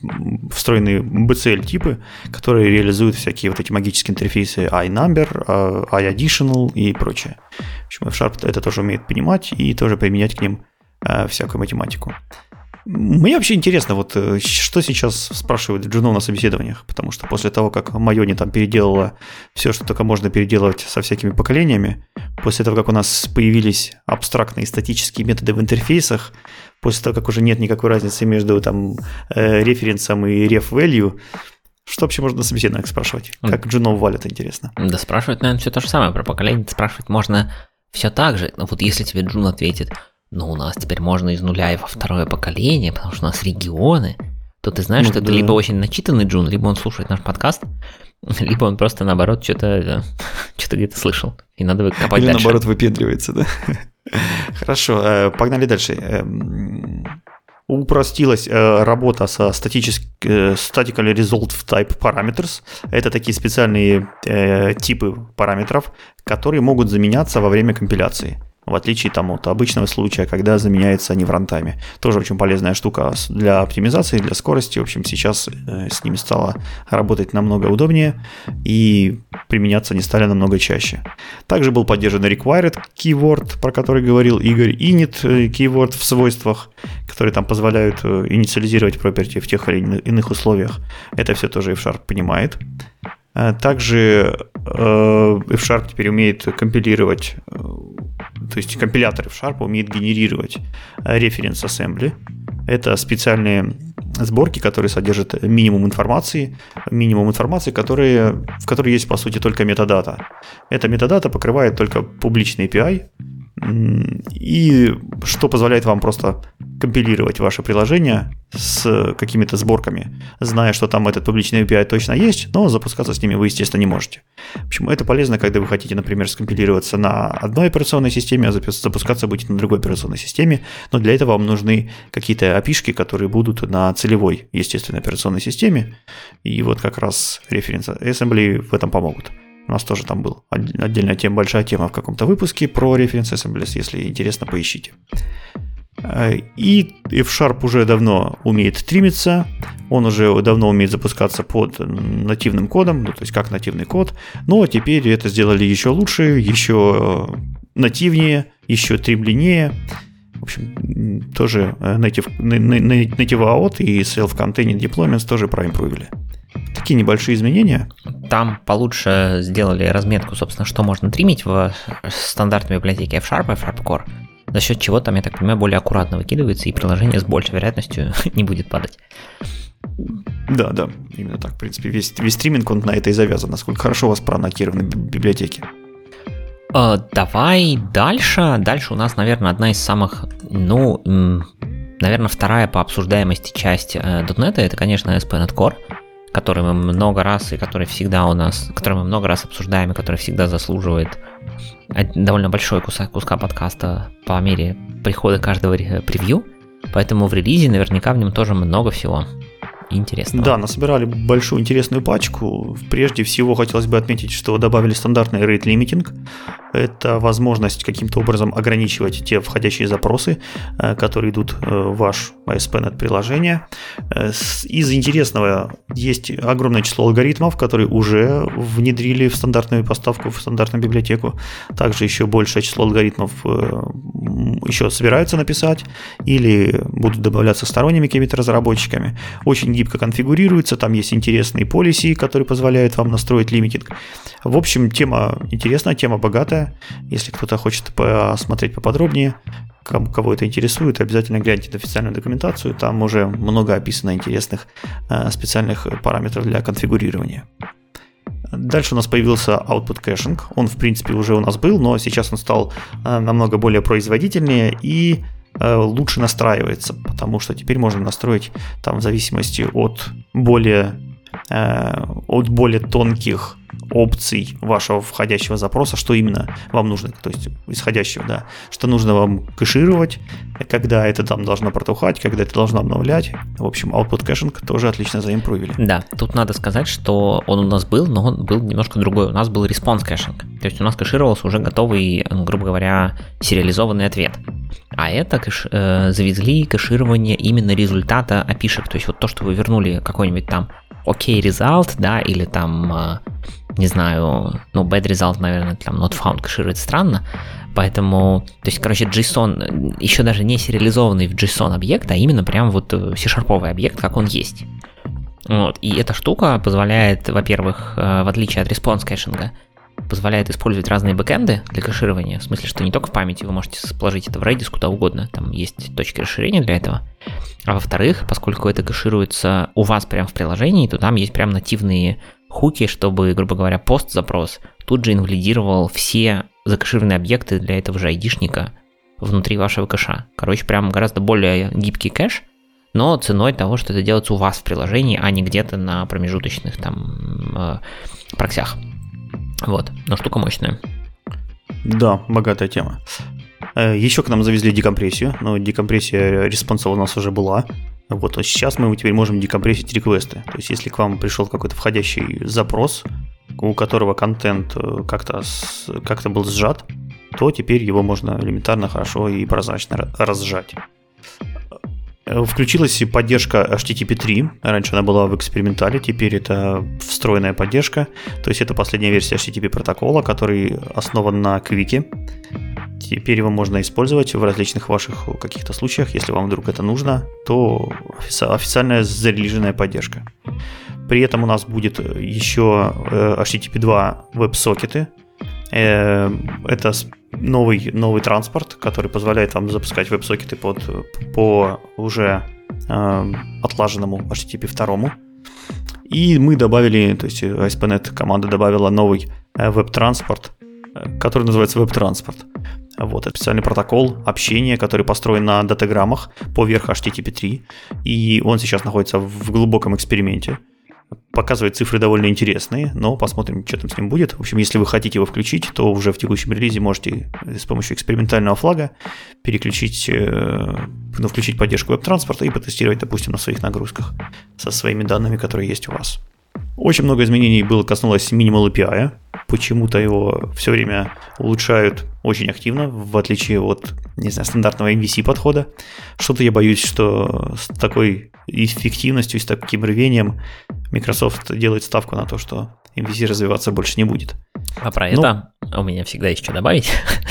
BCL-типы, которые реализуют всякие вот эти магические интерфейсы iNumber, iAdditional и прочее. В общем, F# это тоже умеет понимать и тоже применять к ним всякую математику. Мне вообще интересно, вот что сейчас спрашивают джунов на собеседованиях, потому что после того, как Майони там переделала все, что только можно переделывать со всякими поколениями, после того, как у нас появились абстрактные статические методы в интерфейсах, после того, как уже нет никакой разницы между там референсом и ref-value, что вообще можно на собеседованиях спрашивать? Как джунов валят, интересно. Да спрашивать, наверное, все то же самое про поколение. Спрашивать можно все так же, но вот если тебе джун ответит: ну, у нас теперь можно из нуля и во второе поколение, потому что у нас регионы, то ты знаешь, что это либо очень начитанный джун, либо он слушает наш подкаст, либо он просто, наоборот, что-то где-то слышал, и надо копать или дальше. Или, наоборот, выпендривается, да? Хорошо, погнали дальше. Упростилась работа со Statically Resolved Type Parameters. Это такие специальные типы параметров, которые могут заменяться во время компиляции. в отличие там, от обычного случая, когда заменяются они в рантайме. Тоже очень полезная штука для оптимизации, для скорости. В общем, сейчас с ними стало работать намного удобнее и применяться они стали намного чаще. Также был поддержан required keyword, про который говорил Игорь, init keyword в свойствах, которые там позволяют инициализировать property в тех или иных условиях. Это все тоже F-Sharp понимает. Также F-Sharp теперь умеет компилировать, то есть компилятор F-Sharp умеет генерировать reference assembly. Это специальные сборки, которые содержат минимум информации, в которой есть, по сути, только метадата. Эта метадата покрывает только публичный API, и что позволяет вам просто компилировать ваше приложение с какими-то сборками, зная, что там этот публичный API точно есть, но запускаться с ними вы, естественно, не можете. Почему это полезно, когда вы хотите, например, скомпилироваться на одной операционной системе, а запускаться будете на другой операционной системе, но для этого вам нужны какие-то API-шки, которые будут на целевой, естественно, операционной системе, и вот как раз Reference Assembly в этом помогут. У нас тоже там был отдельная тема, большая тема в каком-то выпуске про Reference Assemblies, если интересно, поищите. И F-Sharp уже давно умеет стримиться, он уже давно умеет запускаться под нативным кодом, ну, то есть как нативный код, но теперь это сделали еще лучше, еще нативнее, еще тримленнее. В общем, тоже Native Out и Self-Contained Deployments тоже проимпровили. Такие небольшие изменения. Там получше сделали разметку, собственно, что можно тримить в стандартной библиотеке F-Sharp и F-Sharp Core, за счет чего там, я так понимаю, более аккуратно выкидывается, и приложение с большей вероятностью не будет падать. Да, именно так. В принципе, весь стриминг, он на это и завязан, насколько хорошо у вас проаннотированы библиотеки. Давай дальше. Дальше у нас, наверное, одна из самых, наверное, вторая по обсуждаемости часть .NET, это, конечно, ASP.NET Core, который мы много раз обсуждаем, и который всегда заслуживает довольно большой куска подкаста по мере прихода каждого превью, поэтому в релизе наверняка в нем тоже много всего интересного. Да, насобирали большую интересную пачку. Прежде всего хотелось бы отметить, что добавили стандартный rate limiting. Это возможность каким-то образом ограничивать те входящие запросы, которые идут в ваш ASP.NET приложение. Из интересного есть огромное число алгоритмов, которые уже внедрили в стандартную поставку, в стандартную библиотеку. Также еще большее число алгоритмов еще собираются написать или будут добавляться сторонними какими-то разработчиками. Очень гибко конфигурируется, там есть интересные полиси, которые позволяют вам настроить лимитинг. В общем, тема интересная, тема богатая. Если кто-то хочет посмотреть поподробнее, кого это интересует, обязательно гляньте на официальную документацию, там уже много описано интересных специальных параметров для конфигурирования. Дальше у нас появился output caching. Он, в принципе, уже у нас был, но сейчас он стал намного более производительнее и лучше настраивается, потому что теперь можно настроить там в зависимости от более тонких опций вашего входящего запроса, что именно вам нужно, то есть исходящего, да, что нужно вам кэшировать, когда это там должно протухать, когда это должно обновлять. В общем, output caching тоже отлично заимпровили. Да, тут надо сказать, что он у нас был, но он был немножко другой. У нас был response caching, то есть у нас кэшировался уже готовый, грубо говоря, сериализованный ответ. А это завезли кэширование именно результата API-шек, то есть вот то, что вы вернули какой-нибудь там OK result, да, или там, не знаю, bad result, наверное, там not found кэширует странно, поэтому, то есть, короче, JSON, еще даже не сериализованный в JSON объект, а именно прям вот C-шарповый объект, как он есть. Вот, и эта штука позволяет, во-первых, в отличие от response кэшинга, позволяет использовать разные бэкэнды для кэширования, в смысле, что не только в памяти, вы можете положить это в Redis куда угодно, там есть точки расширения для этого. А во-вторых, поскольку это кэшируется у вас прямо в приложении, то там есть прям нативные хуки, чтобы, грубо говоря, пост-запрос тут же инвалидировал все закэшированные объекты для этого же айдишника внутри вашего кэша. Короче, прям гораздо более гибкий кэш, но ценой того, что это делается у вас в приложении, а не где-то на промежуточных там проксях. Вот, но штука мощная. Да, богатая тема. Еще к нам завезли декомпрессию, но декомпрессия респонса у нас уже была. Вот, а сейчас мы теперь можем декомпрессить реквесты. То есть, если к вам пришел какой-то входящий запрос, у которого контент как-то был сжат, то теперь его можно элементарно хорошо и прозрачно разжать. Включилась поддержка HTTP 3. Раньше она была в экспериментале, теперь это встроенная поддержка. То есть это последняя версия HTTP протокола, который основан на Квике. Теперь его можно использовать в различных ваших каких-то случаях. Если вам вдруг это нужно, то официальная зарелиженная поддержка. При этом у нас будет еще HTTP 2 веб-сокеты. Это новый транспорт, который позволяет вам запускать веб-сокеты по уже отлаженному HTTP 2. И мы добавили, то есть ASP.NET команда добавила новый веб-транспорт, который называется веб-транспорт. Вот, это специальный протокол общения, который построен на датаграммах поверх HTTP 3, и он сейчас находится в глубоком эксперименте. Показывает цифры довольно интересные, но посмотрим, что там с ним будет. В общем, если вы хотите его включить, то уже в текущем релизе можете с помощью экспериментального флага включить поддержку веб-транспорта и потестировать, допустим, на своих нагрузках со своими данными, которые есть у вас. Очень много изменений коснулось Minimal API. Почему-то его все время улучшают очень активно, в отличие от, не знаю, стандартного MVC подхода. Что-то я боюсь, что с такой эффективностью, с таким рвением Microsoft делает ставку на то, что MVC развиваться больше не будет. А про это у меня всегда есть что добавить.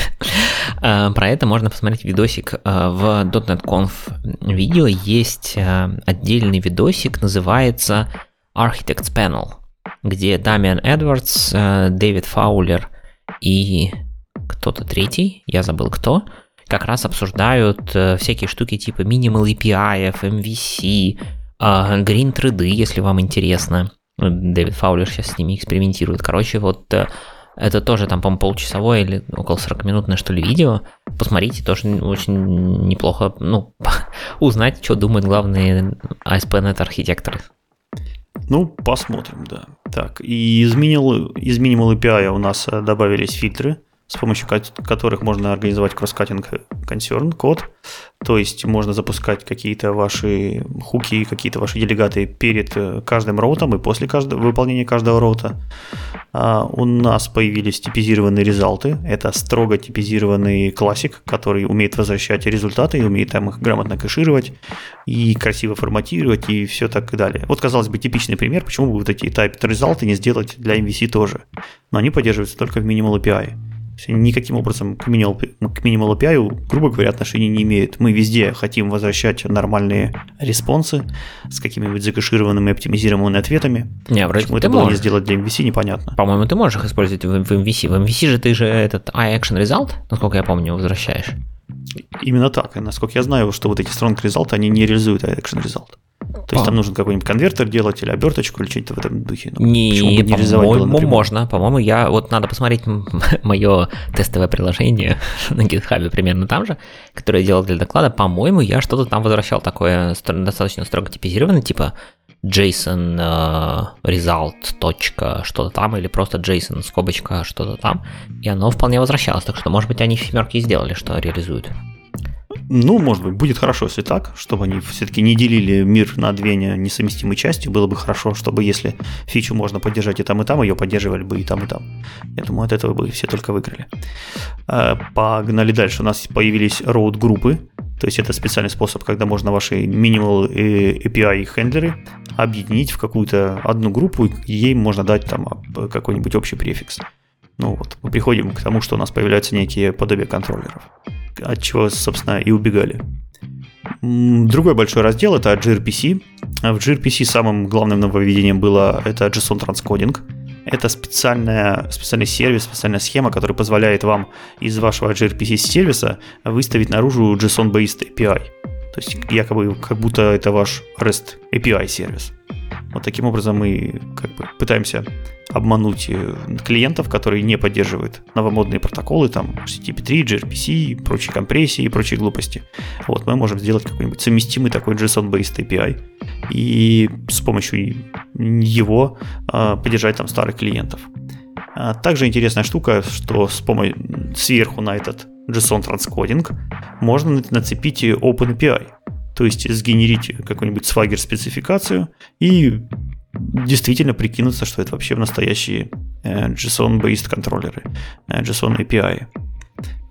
Про это можно посмотреть видосик в .NET Conf видео. Есть отдельный видосик, называется Architects Panel, где Дамиан Эдвардс, Дэвид Фаулер и кто-то третий, я забыл кто, как раз обсуждают всякие штуки типа Minimal API, MVC, Green 3D, если вам интересно. Дэвид Фаулер сейчас с ними экспериментирует. Короче, вот это тоже там, по-моему, полчасовое или около 40-минутное, что ли, видео. Посмотрите, тоже очень неплохо, узнать, что думают главные ASP.NET архитекторы. Посмотрим, да. Так, и из Minimal API у нас добавились фильтры, с помощью которых можно организовать cross-cutting concern код. То есть можно запускать какие-то ваши хуки, какие-то ваши делегаты перед каждым роутом и после выполнения каждого роута. У нас появились типизированные результаты. Это строго типизированный классик, который умеет возвращать результаты и умеет там их грамотно кэшировать и красиво форматировать и все так далее. Вот, казалось бы, типичный пример, почему бы вот эти typed результаты не сделать для MVC тоже. Но они поддерживаются только в Minimal API. Никаким образом к Minimal API, грубо говоря, отношения не имеют. Мы везде хотим возвращать нормальные респонсы с какими-нибудь закэшированными, оптимизированными ответами. Почему это было не сделать для MVC, непонятно. По-моему, ты можешь их использовать в MVC. В MVC же ты же этот iAction Result, насколько я помню, возвращаешь. Именно так. И насколько я знаю, что вот эти strong result, они не реализуют iAction Result. То есть там нужен какой-нибудь конвертер делать или оберточку, или что-то в этом духе. По-моему, можно. По-моему, надо посмотреть мое тестовое приложение на GitHub примерно там же, которое я делал для доклада. По-моему, я что-то там возвращал такое достаточно строго типизированное, типа JSON result. Что-то там, или просто JSON скобочка что-то там. И оно вполне возвращалось. Так что, может быть, они в семерке и сделали, что реализуют. Может быть, будет хорошо, если так, чтобы они все-таки не делили мир на две несовместимые части. Было бы хорошо, чтобы если фичу можно поддержать и там, ее поддерживали бы и там, и там. Я думаю, от этого бы все только выиграли. Погнали дальше. У нас появились роут-группы. То есть это специальный способ, когда можно ваши Minimal API хендлеры объединить в какую-то одну группу, и ей можно дать там какой-нибудь общий префикс. Мы приходим к тому, что у нас появляются некие подобия контроллеров, от чего, собственно, и убегали. Другой большой раздел – это gRPC. В gRPC самым главным нововведением было это JSON транскодинг. Это специальный сервис, специальная схема, которая позволяет вам из вашего gRPC-сервиса выставить наружу JSON-based API. То есть якобы как будто это ваш REST API-сервис. Вот таким образом мы пытаемся обмануть клиентов, которые не поддерживают новомодные протоколы, там HTTP 3, gRPC, прочие компрессии и прочие глупости. Мы можем сделать какой-нибудь совместимый такой JSON-based API и с помощью его поддержать там старых клиентов. Также интересная штука, что сверху на этот JSON транскодинг можно нацепить OpenAPI. То есть сгенерить какую-нибудь Swagger-спецификацию и действительно прикинуться, что это вообще настоящие JSON-based контроллеры, JSON API.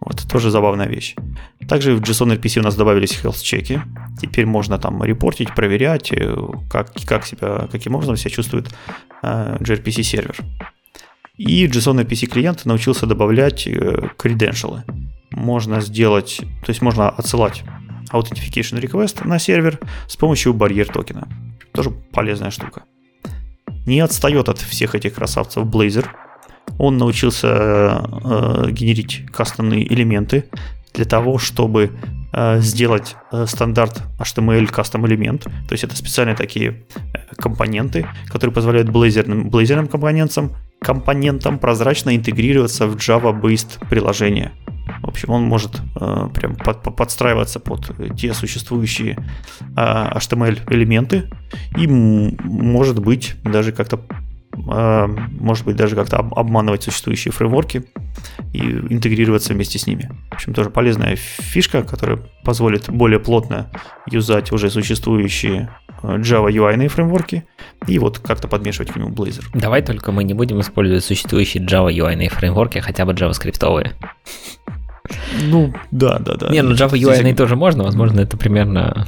Вот, тоже забавная вещь. Также в JSON RPC у нас добавились health-чеки. Теперь можно там репортить, проверять, каким образом себя чувствует gRPC сервер. И JSON RPC клиент научился добавлять credentials. Можно сделать, то есть можно отсылать authentication request на сервер с помощью барьер токена. Тоже полезная штука. Не отстает от всех этих красавцев Blazor. Он научился генерить кастомные элементы для того, чтобы сделать стандарт HTML custom элемент. То есть это специальные такие компоненты, которые позволяют Blazor компонентам прозрачно интегрироваться в Java-based приложение. В общем, он может прям подстраиваться под те существующие HTML элементы и может быть даже как-то обманывать существующие фреймворки и интегрироваться вместе с ними. В общем, тоже полезная фишка, которая позволит более плотно юзать уже существующие Java UI-ные фреймворки и вот как-то подмешивать к нему Blazor. Давай только мы не будем использовать существующие Java UI-ные фреймворки, хотя бы JavaScript-овые. Ну, да. Не, ну Java UI тоже можно, возможно, это примерно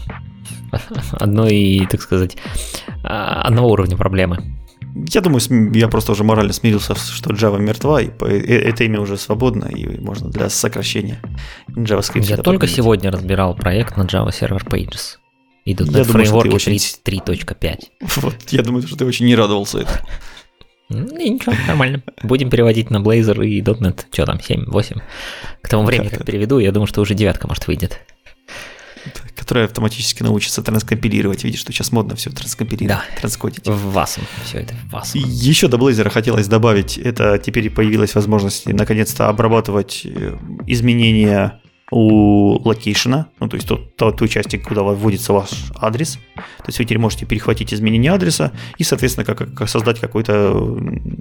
одного уровня проблемы. Я думаю, я просто уже морально смирился, что Java мертва, и это имя уже свободно, и можно для сокращения JavaScript. Я только сегодня разбирал проект на Java Server Pages. И тут на фреймворке 3.5. Вот, я думаю, что ты очень не радовался этому. Ничего, нормально. Будем переводить на Blazor и .NET. Что там, 7, 8. К тому времени, как переведу, я думаю, что уже 9, может, выйдет. Которая автоматически научится транскомпилировать. Видишь, что сейчас модно все транскомпилировать, транскодить. В WASM. Все это в WASM. Еще до Blazor хотелось добавить, это теперь появилась возможность наконец-то обрабатывать изменения у локейшена, ну, то есть тот участок, куда вводится ваш адрес. То есть вы теперь можете перехватить изменение адреса и, соответственно, как создать какой-то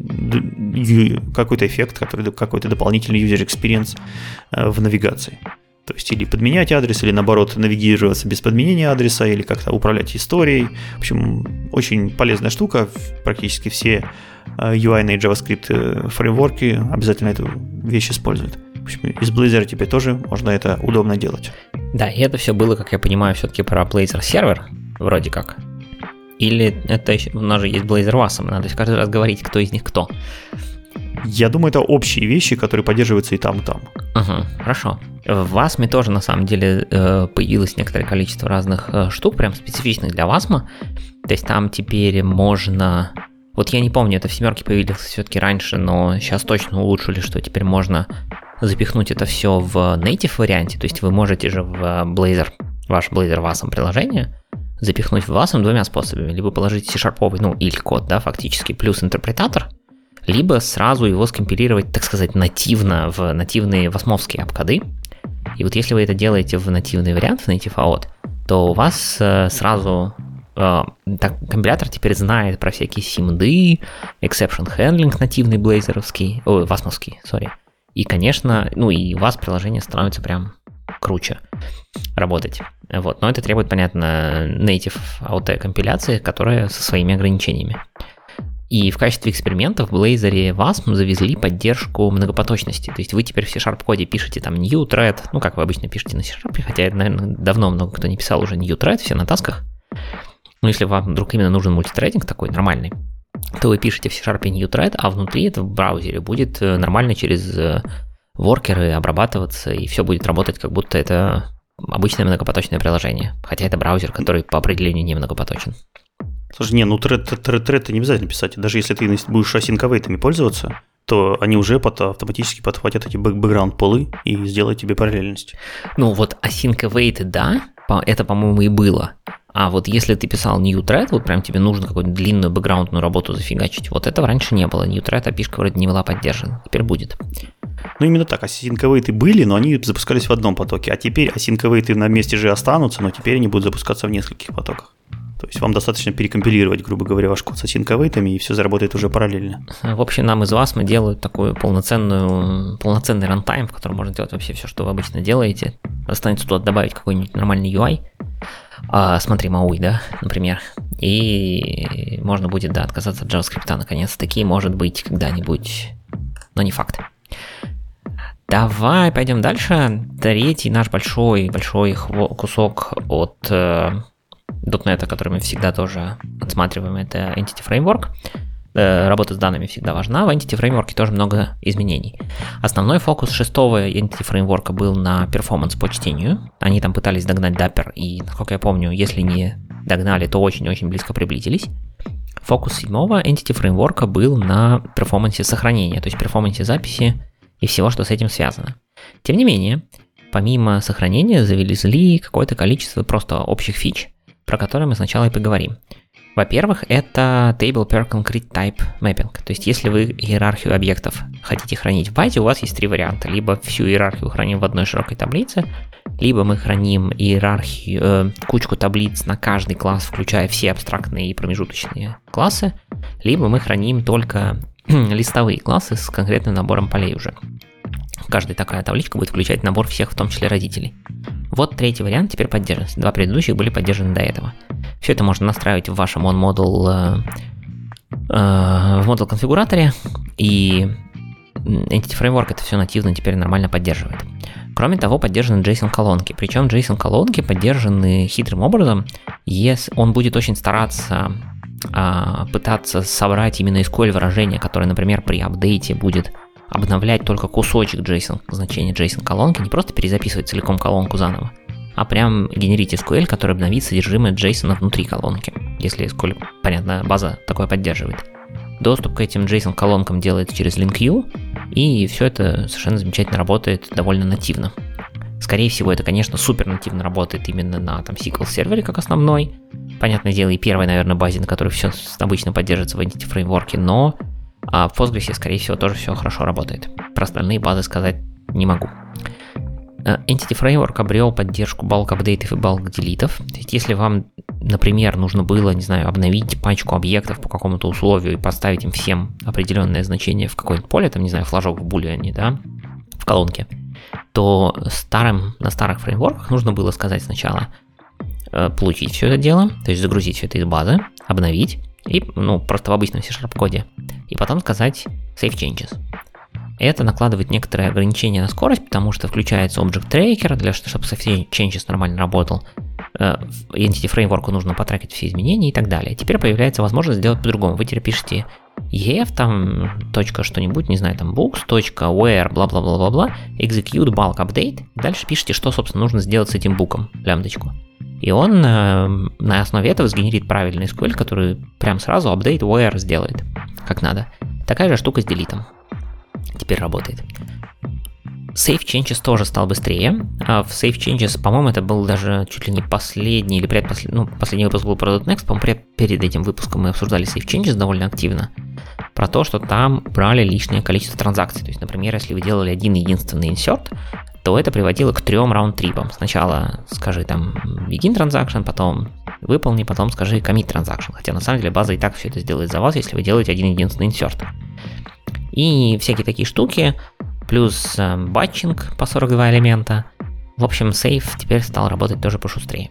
эффект, какой-то дополнительный user experience в навигации. То есть или подменять адрес, или наоборот навигироваться без подменения адреса, или как-то управлять историей. В общем, очень полезная штука. Практически все UI-ные JavaScript фреймворки обязательно эту вещь используют. В общем, из Blazor теперь тоже можно это удобно делать. Да, и это все было, как я понимаю, все-таки про Blazor сервер, вроде как. Или это еще, у нас же есть Blazor WASM, надо каждый раз говорить, кто из них кто. Я думаю, это общие вещи, которые поддерживаются и там, и там. Хорошо. В WASM тоже, на самом деле, появилось некоторое количество разных штук, прям специфичных для WASM. То есть там теперь можно... Вот я не помню, это в 7 появилось все-таки раньше, но сейчас точно улучшили, что теперь можно запихнуть это все в native варианте. То есть вы можете же в Blazor, ваш Blazor WASM приложение запихнуть в WASM двумя способами. Либо положить C-шарповый, или код, да, фактически, плюс интерпретатор, либо сразу его скомпилировать, так сказать, нативно в нативные WASM-овские обкоды. И вот если вы это делаете в нативный вариант, в native AOT, то у вас сразу компилятор теперь знает про всякие симды, exception handling нативный блейзеровский, WASM-овский, И, конечно, и у вас приложение становится прям круче работать. Вот. Но это требует, понятно, native AOT компиляции, которая со своими ограничениями. И в качестве эксперимента в Blazor WASM завезли поддержку многопоточности. То есть вы теперь в C# коде пишете там new thread, как вы обычно пишете на C#, хотя, наверное, давно много кто не писал уже new thread, все на тасках. Но если вам вдруг именно нужен мультитрейдинг такой нормальный, то вы пишете в C# new thread, а внутри это в браузере будет нормально через воркеры обрабатываться, и все будет работать, как будто это обычное многопоточное приложение. Хотя это браузер, который по определению не многопоточен. Слушай, тред не обязательно писать. Даже если ты будешь async-await пользоваться, то они уже автоматически подхватят эти бэкграунд-полы и сделают тебе параллельность. Вот async-await, да, это, по-моему, и было. А вот если ты писал new thread, вот прям тебе нужно какую-то длинную бэкграундную работу зафигачить, вот этого раньше не было. New thread API-шка вроде не была поддержана, теперь будет. Именно так, async-await были, но они запускались в одном потоке, а теперь async-await на месте же останутся, но теперь они будут запускаться в нескольких потоках. То есть вам достаточно перекомпилировать, грубо говоря, ваш код с async-await, и все заработает уже параллельно. В общем, нам из WASM делают такой полноценный рантайм, в котором можно делать вообще все, что вы обычно делаете. Останется туда добавить какой-нибудь нормальный UI. Смотри, Maui, да, например. И можно будет, отказаться от JavaScript наконец-таки, может быть, когда-нибудь, но не факт. Давай пойдем дальше. Третий наш большой кусок от .NET, который мы всегда тоже отсматриваем, это Entity Framework. Работа с данными всегда важна. В Entity Framework тоже много изменений. Основной фокус шестого Entity Framework был на перформанс по чтению. Они там пытались догнать Dapper, и, насколько я помню, если не догнали, то очень-очень близко приблизились. Фокус седьмого Entity Framework был на перформансе сохранения, то есть перформансе записи и всего, что с этим связано. Тем не менее, помимо сохранения завезли какое-то количество просто общих фич, про которые мы сначала и поговорим. Во-первых, это Table per Concrete Type Mapping. То есть, если вы иерархию объектов хотите хранить в базе, у вас есть три варианта. Либо всю иерархию храним в одной широкой таблице, либо мы храним иерархию, кучку таблиц на каждый класс, включая все абстрактные и промежуточные классы, либо мы храним только листовые классы с конкретным набором полей уже. Каждая такая табличка будет включать набор всех, в том числе родителей. Вот третий вариант теперь поддержан. Два предыдущих были поддержаны до этого. Все это можно настраивать в вашем OnModel в модуль конфигураторе, и Entity Framework это все нативно теперь нормально поддерживает. Кроме того, поддержаны JSON-колонки. Причем JSON-колонки поддержаны хитрым образом. Если он будет очень стараться пытаться собрать именно SQL выражение, которое, например, при апдейте будет обновлять только кусочек JSON, значения JSON-колонки, не просто перезаписывать целиком колонку заново, а прям генерить SQL, который обновит содержимое JSON внутри колонки, если SQL, понятно, база такое поддерживает. Доступ к этим JSON-колонкам делается через LinkU, и все это совершенно замечательно работает довольно нативно. Скорее всего, это, конечно, супер нативно работает именно на там, SQL сервере как основной. Понятное дело, и первой, наверное, базе, на которой все обычно поддерживается в Entity Framework, но в Postgres, скорее всего, тоже все хорошо работает. Про остальные базы сказать не могу. Entity Framework обрел поддержку bulk апдейтов и bulk делитов. То есть, если вам, например, нужно было, не знаю, обновить пачку объектов по какому-то условию и поставить им всем определенное значение в какое-то поле, там, не знаю, флажок в булиане, да, в колонке, то на старых фреймворках нужно было сказать сначала получить все это дело, то есть загрузить все это из базы, обновить, и, просто в обычном C# коде, и потом сказать save changes. Это накладывает некоторые ограничения на скорость, потому что включается Object Tracker, чтобы save changes нормально работал. Entity Framework нужно потрекать все изменения и так далее. Теперь появляется возможность сделать по-другому. Вы теперь пишете ef, там, точка что-нибудь, не знаю, там, books, точка, where, бла-бла-бла-бла-бла, execute bulk update, и дальше пишите, что, собственно, нужно сделать с этим буком, лямбдочку. И он на основе этого сгенерит правильный SQL, который прям сразу update where сделает, как надо. Такая же штука с делитом теперь работает. Save Changes тоже стал быстрее. В Save Changes, по-моему, это был даже чуть ли не последний или предпоследний, последний выпуск был про .next, по-моему, перед этим выпуском мы обсуждали Save Changes довольно активно. Про то, что там брали лишнее количество транзакций. То есть, например, если вы делали один единственный insert, то это приводило к 3 раунд-трипам. Сначала скажи там begin transaction, потом выполни, потом скажи commit transaction. Хотя на самом деле база и так все это сделает за вас, если вы делаете один единственный insert. И всякие такие штуки, плюс батчинг по 42 элемента. В общем, сейф теперь стал работать тоже пошустрее.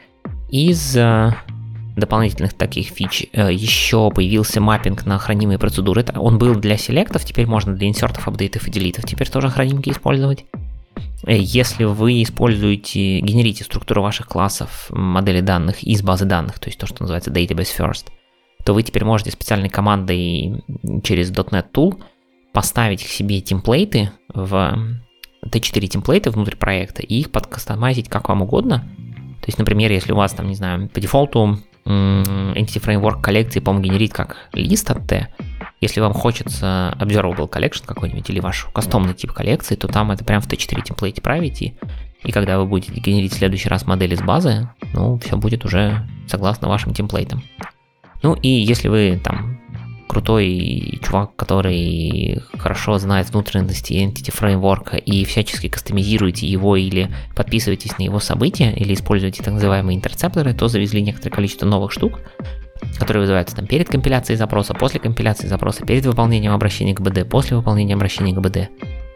Из дополнительных таких фич еще появился маппинг на хранимые процедуры. Он был для селектов, теперь можно для инсертов, апдейтов и делитов теперь тоже хранимки использовать. Если вы генерите структуру ваших классов, модели данных из базы данных, то есть то, что называется database first, то вы теперь можете специальной командой через .NET Tool поставить к себе темплейты в T4 темплейты внутрь проекта и их подкастомизить как вам угодно. То есть, например, если у вас там, не знаю, по дефолту Entity Framework коллекции, по-моему, генерит как лист от T, если вам хочется Observable Collection какой-нибудь или ваш кастомный тип коллекции, то там это прям в T4 темплейте правите, и когда вы будете генерить в следующий раз модель из базы, все будет уже согласно вашим темплейтам. И если вы там крутой чувак, который хорошо знает внутренности Entity Framework и всячески кастомизируете его или подписываетесь на его события, или используете так называемые интерцепторы, то завезли некоторое количество новых штук, которые вызываются там перед компиляцией запроса, после компиляции запроса, перед выполнением обращения к BD, после выполнения обращения к BD.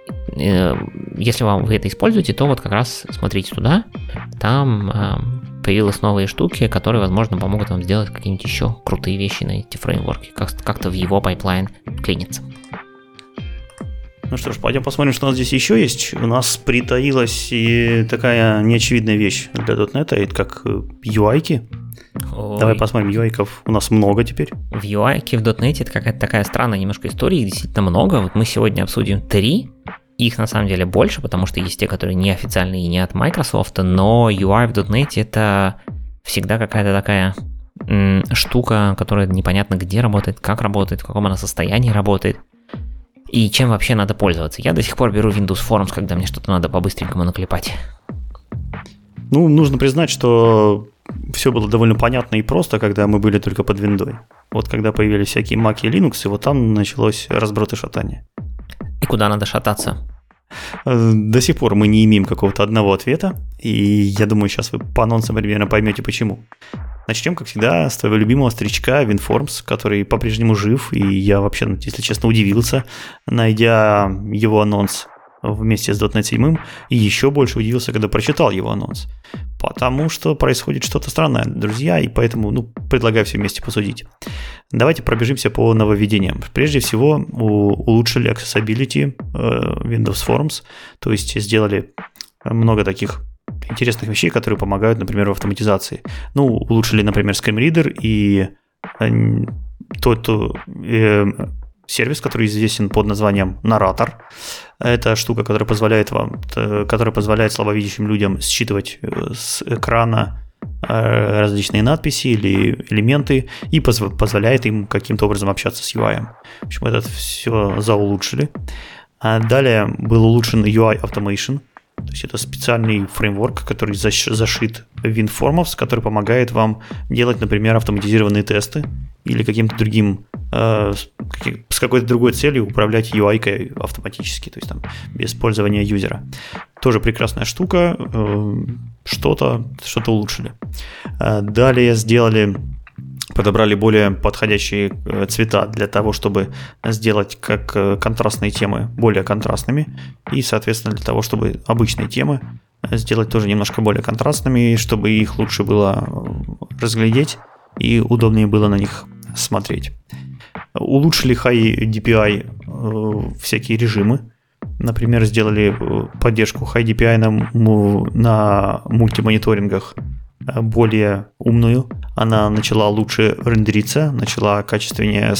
Если вы это используете, то вот как раз смотрите туда, там появились новые штуки, которые, возможно, помогут вам сделать какие-нибудь еще крутые вещи на эти фреймворки, как-то в его пайплайн клиниться. Ну что ж, пойдем посмотрим, что у нас здесь еще есть. У нас притаилась и такая неочевидная вещь для .NET, это как UI-ки. Давай посмотрим, UI-ков у нас много теперь. В UI-ки в .NET это какая-то такая странная немножко история, их действительно много. Вот мы сегодня обсудим 3. Их на самом деле больше, потому что есть те, которые не официальные и не от Microsoft, но UI в .NET это всегда какая-то такая штука, которая непонятно где работает, как работает, в каком она состоянии работает и чем вообще надо пользоваться. Я до сих пор беру Windows Forms, когда мне что-то надо по-быстренькому наклепать. Ну, нужно признать, что все было довольно понятно и просто, когда мы были только под виндой. Вот когда появились всякие Mac и Linux, и вот там началось разброд и шатание. И куда надо шататься? До сих пор мы не имеем какого-то одного ответа, и я думаю, сейчас вы по анонсам примерно поймете, почему. Начнем, как всегда, с твоего любимого старичка WinForms, который по-прежнему жив, и я вообще, если честно, удивился, найдя его анонс вместе с .NET 7, и еще больше удивился, когда прочитал его анонс. Потому что происходит что-то странное, друзья, и поэтому предлагаю все вместе посудить. Давайте пробежимся по нововведениям. Прежде всего, улучшили accessibility Windows Forms, то есть сделали много таких интересных вещей, которые помогают, например, в автоматизации. Улучшили, например, ScreenReader и сервис, который известен под названием Narrator. Это штука, которая позволяет слабовидящим людям считывать с экрана различные надписи или элементы и позволяет им каким-то образом общаться с UI. В общем, это все заулучшили. Далее был улучшен UI Automation. То есть это специальный фреймворк, который зашит в WinForms, который помогает вам делать, например, автоматизированные тесты или каким-то другим, с какой-то другой целью управлять UI-кой автоматически, то есть там без использования юзера. Тоже прекрасная штука, что-то улучшили. Далее подобрали более подходящие цвета для того, чтобы сделать как контрастные темы более контрастными, и, соответственно, для того, чтобы обычные темы сделать тоже немножко более контрастными, чтобы их лучше было разглядеть и удобнее было на них смотреть. Улучшили High DPI всякие режимы. Например, сделали поддержку High DPI на мультимониторингах более умную. Она начала лучше рендериться, начала качественнее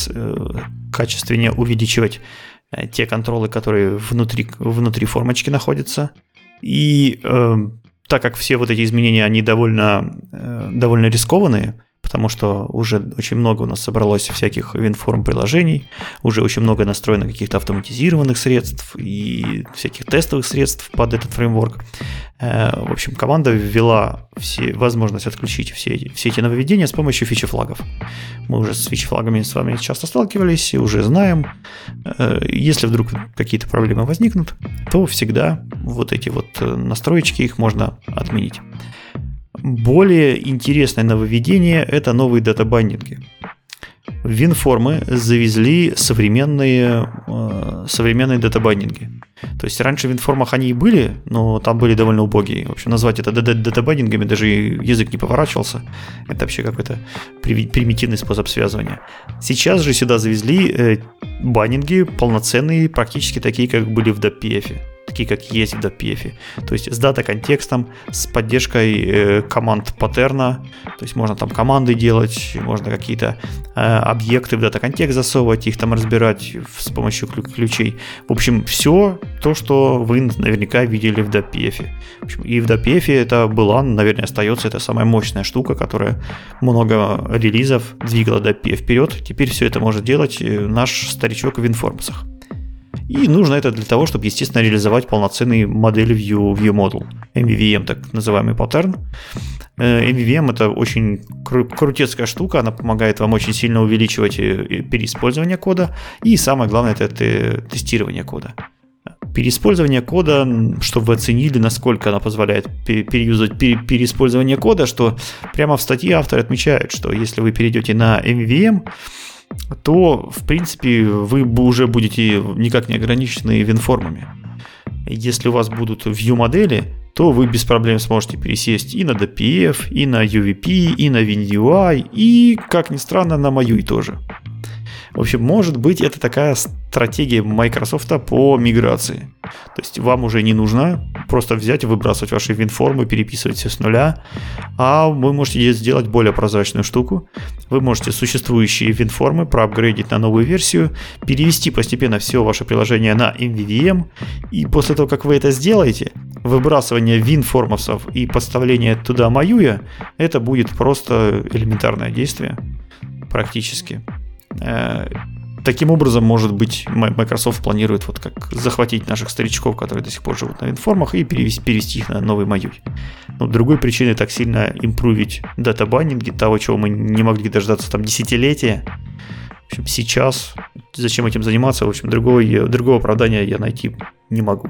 увеличивать те контролы, которые внутри формочки находятся. И так как все вот эти изменения, они довольно рискованные, потому что уже очень много у нас собралось всяких WinForm приложений, уже очень много настроено каких-то автоматизированных средств и всяких тестовых средств под этот фреймворк. В общем, команда ввела возможность отключить все эти нововведения с помощью фичи-флагов. Мы уже с фичи-флагами с вами часто сталкивались и уже знаем. Если вдруг какие-то проблемы возникнут, то всегда вот эти вот настроечки, их можно отменить. Более интересное нововведение – это новые датабайндинги. В WinForms завезли современные датабайндинги. То есть раньше в WinForms они и были, но там были довольно убогие. В общем, назвать это датабайндингами даже язык не поворачивался. Это вообще какой-то примитивный способ связывания. Сейчас же сюда завезли байндинги полноценные, практически такие, как были в DPF. Такие, как есть в DPF. То есть с дата-контекстом, с поддержкой команд паттерна. То есть можно там команды делать, можно какие-то объекты в дата-контекст засовывать, их там разбирать с помощью ключей. В общем, все то, что вы наверняка видели в DPF. В общем, и в DPF это была, наверное, остается это самая мощная штука, которая много релизов двигала DPF вперед. Теперь все это может делать наш старичок в WinForms. И нужно это для того, чтобы, естественно, реализовать полноценный модель view model, MVVM, так называемый паттерн. MVVM – это очень крутецкая штука, она помогает вам очень сильно увеличивать переиспользование кода, и самое главное – это тестирование кода. Переиспользование кода, чтобы вы оценили, насколько она позволяет переюзать переиспользование кода, что прямо в статье автор отмечает, что если вы перейдете на MVVM, то, в принципе, вы уже будете никак не ограничены WinForm'ами. Если у вас будут view-модели, то вы без проблем сможете пересесть и на DPF, и на UVP, и на WinUI, и, как ни странно, на MAUI тоже. В общем, может быть, это такая стратегия Microsoft по миграции. То есть вам уже не нужно просто взять и выбрасывать ваши WinForms, переписывать все с нуля, а вы можете сделать более прозрачную штуку. Вы можете существующие WinForms проапгрейдить на новую версию, перевести постепенно все ваше приложение на MVVM, и после того, как вы это сделаете, выбрасывание WinForms и подставление туда MyUI, это будет просто элементарное действие, практически. Таким образом, может быть, Microsoft планирует вот как захватить наших старичков, которые до сих пор живут на WinForms, и перевести их на новый MyUI. Но другой причиной так сильно импровить дата-баннинги, того, чего мы не могли дождаться там десятилетия. В общем, сейчас зачем этим заниматься? В общем, другого оправдания я найти не могу.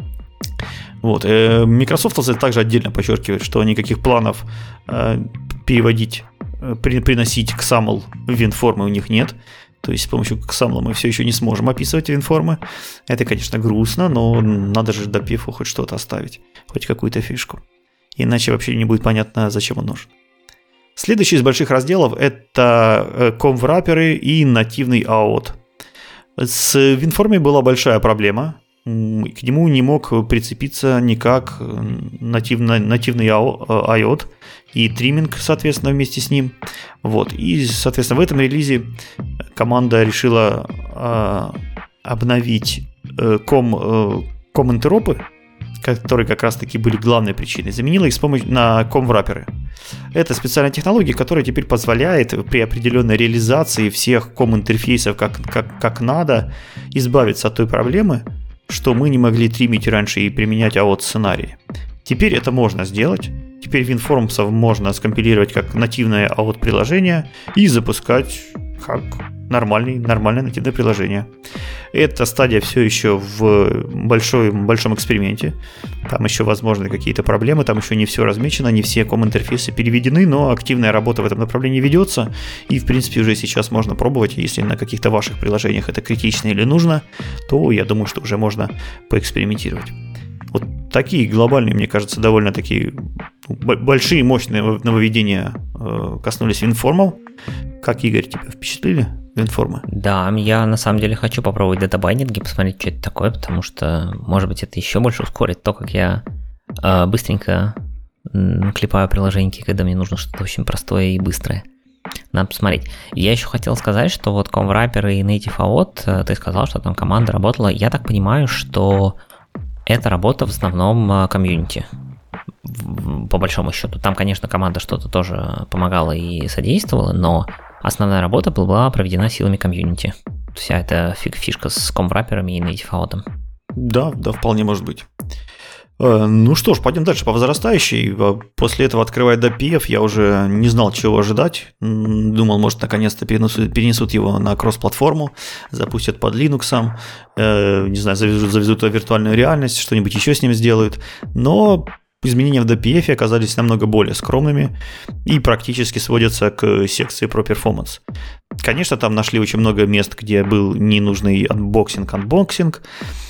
Вот. Microsoft также отдельно подчеркивает, что никаких планов переводить, приносить XAML в WinForms у них нет. То есть с помощью XAML мы все еще не сможем описывать WinForms. Это, конечно, грустно, но надо же DPF хоть что-то оставить, хоть какую-то фишку. Иначе вообще не будет понятно, зачем он нужен. Следующий из больших разделов – это COM-врапперы и нативный AOT. С WinForms была большая проблема. К нему не мог прицепиться никак нативный IOT и тримминг, соответственно, вместе с ним. Вот. И, соответственно, в этом релизе команда решила обновить COM-интеропы, которые как раз-таки были главной причиной, заменила их на COM-врапперы. Это специальная технология, которая теперь позволяет при определенной реализации всех COM-интерфейсов как надо избавиться от той проблемы, что мы не могли триммить раньше и применять AOT-сценарии. Теперь это можно сделать. Теперь WinForms можно скомпилировать как нативное AOT-приложение и запускать как нормальное нативное приложение. Эта стадия все еще в большом эксперименте. Там еще возможны какие-то проблемы, там еще не все размечено, не все COM-интерфейсы переведены, но активная работа в этом направлении ведется, и в принципе уже сейчас можно пробовать. Если на каких-то ваших приложениях это критично или нужно, то я думаю, что уже можно поэкспериментировать. Вот такие глобальные, мне кажется, довольно такие большие, мощные нововведения коснулись WinForms. Как, Игорь, тебя впечатлили WinForms? Да, я на самом деле хочу попробовать датабайнинги, посмотреть, что это такое, потому что, может быть, это еще больше ускорит то, как я быстренько клепаю приложеньки, когда мне нужно что-то очень простое и быстрое. Надо посмотреть. Я еще хотел сказать, что вот COM-врапперы и Native AOT, ты сказал, что там команда работала. Я так понимаю, что это работа в основном комьюнити, по большому счету. Там, конечно, команда что-то тоже помогала и содействовала, но основная работа была проведена силами комьюнити. Вся эта фишка с COM-врапперами и Native AOT. Да, вполне может быть. Ну что ж, пойдем дальше по возрастающей. После этого открывая DPF, я уже не знал, чего ожидать. Думал, может, наконец-то перенесут его на кросс-платформу, запустят под Linux, не знаю, завезут виртуальную реальность, что-нибудь еще с ним сделают. Но изменения в DPF оказались намного более скромными и практически сводятся к секции про performance. Конечно, там нашли очень много мест, где был ненужный анбоксинг.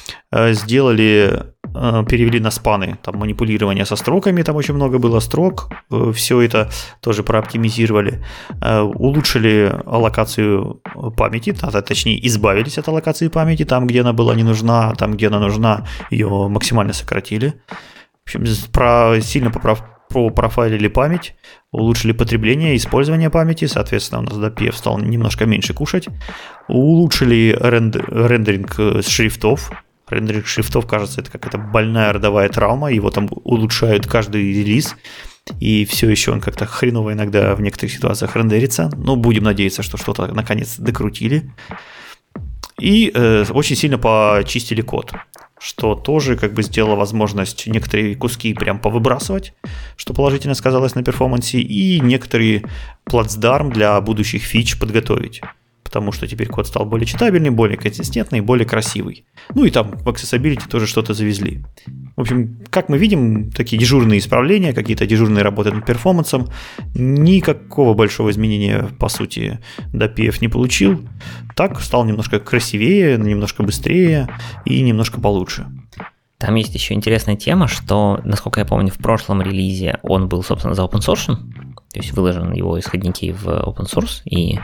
Перевели на спаны, там манипулирование со строками, там очень много было строк, все это тоже прооптимизировали, улучшили аллокацию памяти, точнее избавились от аллокации памяти, там, где она была не нужна, там, где она нужна, ее максимально сократили. В общем, сильно профайлили память, улучшили потребление и использование памяти, соответственно, у нас DPF стал немножко меньше кушать, улучшили рендеринг шрифтов. Рендеринг шрифтов, кажется, это какая-то больная родовая травма, его там улучшают каждый релиз, и все еще он как-то хреново иногда в некоторых ситуациях рендерится, но будем надеяться, что что-то наконец докрутили. И очень сильно почистили код, что тоже как бы сделало возможность некоторые куски прям повыбрасывать, что положительно сказалось на перформансе, и некоторые плацдарм для будущих фич подготовить. Потому что теперь код стал более читабельный, более консистентный, более красивый. Ну и там в Accessibility тоже что-то завезли. В общем, как мы видим, такие дежурные исправления, какие-то дежурные работы над перформансом. Никакого большого изменения, по сути, DPF не получил. Так стал немножко красивее, немножко быстрее и немножко получше. Там есть еще интересная тема, что, насколько я помню, в прошлом релизе он был, собственно, за open source, то есть выложен его исходники в open source, и